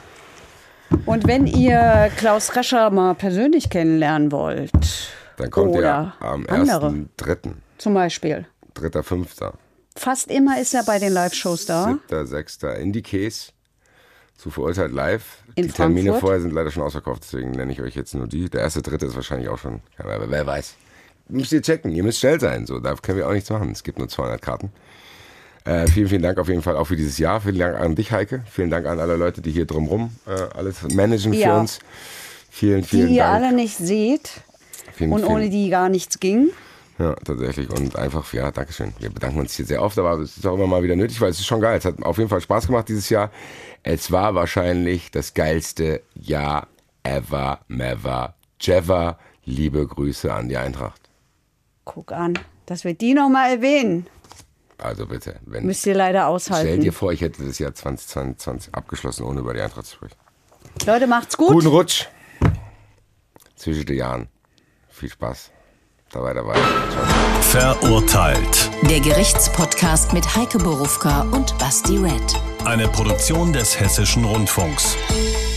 Und wenn ihr Klaus Rescher mal persönlich kennenlernen wollt, Dann kommt oder er am andere ersten dritten zum Beispiel, dritter fünfter fast immer ist er bei den Live-Shows da. siebter sechster in die Käse zu Verurteilt live. In die Termine Frankfurt. vorher sind leider schon ausverkauft, deswegen nenne ich euch jetzt nur die. Der erste, dritte ist wahrscheinlich auch schon, aber wer weiß. Müsst ihr checken, ihr müsst schnell sein, so, da können wir auch nichts machen. Es gibt nur zweihundert Karten. Äh, vielen, vielen Dank auf jeden Fall auch für dieses Jahr. Vielen Dank an dich, Heike. Vielen Dank an alle Leute, die hier drumherum äh, alles managen Ja. für uns. Vielen, Die vielen ihr Dank. alle nicht seht Vielen, und vielen- ohne die gar nichts ging. Ja, tatsächlich. Und einfach, ja, Dankeschön. Wir bedanken uns hier sehr oft, aber es ist auch immer mal wieder nötig, weil es ist schon geil. Es hat auf jeden Fall Spaß gemacht dieses Jahr. Es war wahrscheinlich das geilste Jahr ever, never, jever. Liebe Grüße an die Eintracht. Guck an, dass wir die nochmal erwähnen. Also bitte, wenn, Müsst ihr leider stell aushalten. dir vor, ich hätte das Jahr zwanzig zweiundzwanzig abgeschlossen, ohne über die Eintracht zu sprechen. Leute, macht's gut. Guten Rutsch zwischen den Jahren. Viel Spaß. Dabei, dabei. Ciao. Verurteilt. Der Gerichtspodcast mit Heike Borufka und Basti Red. Eine Produktion des Hessischen Rundfunks.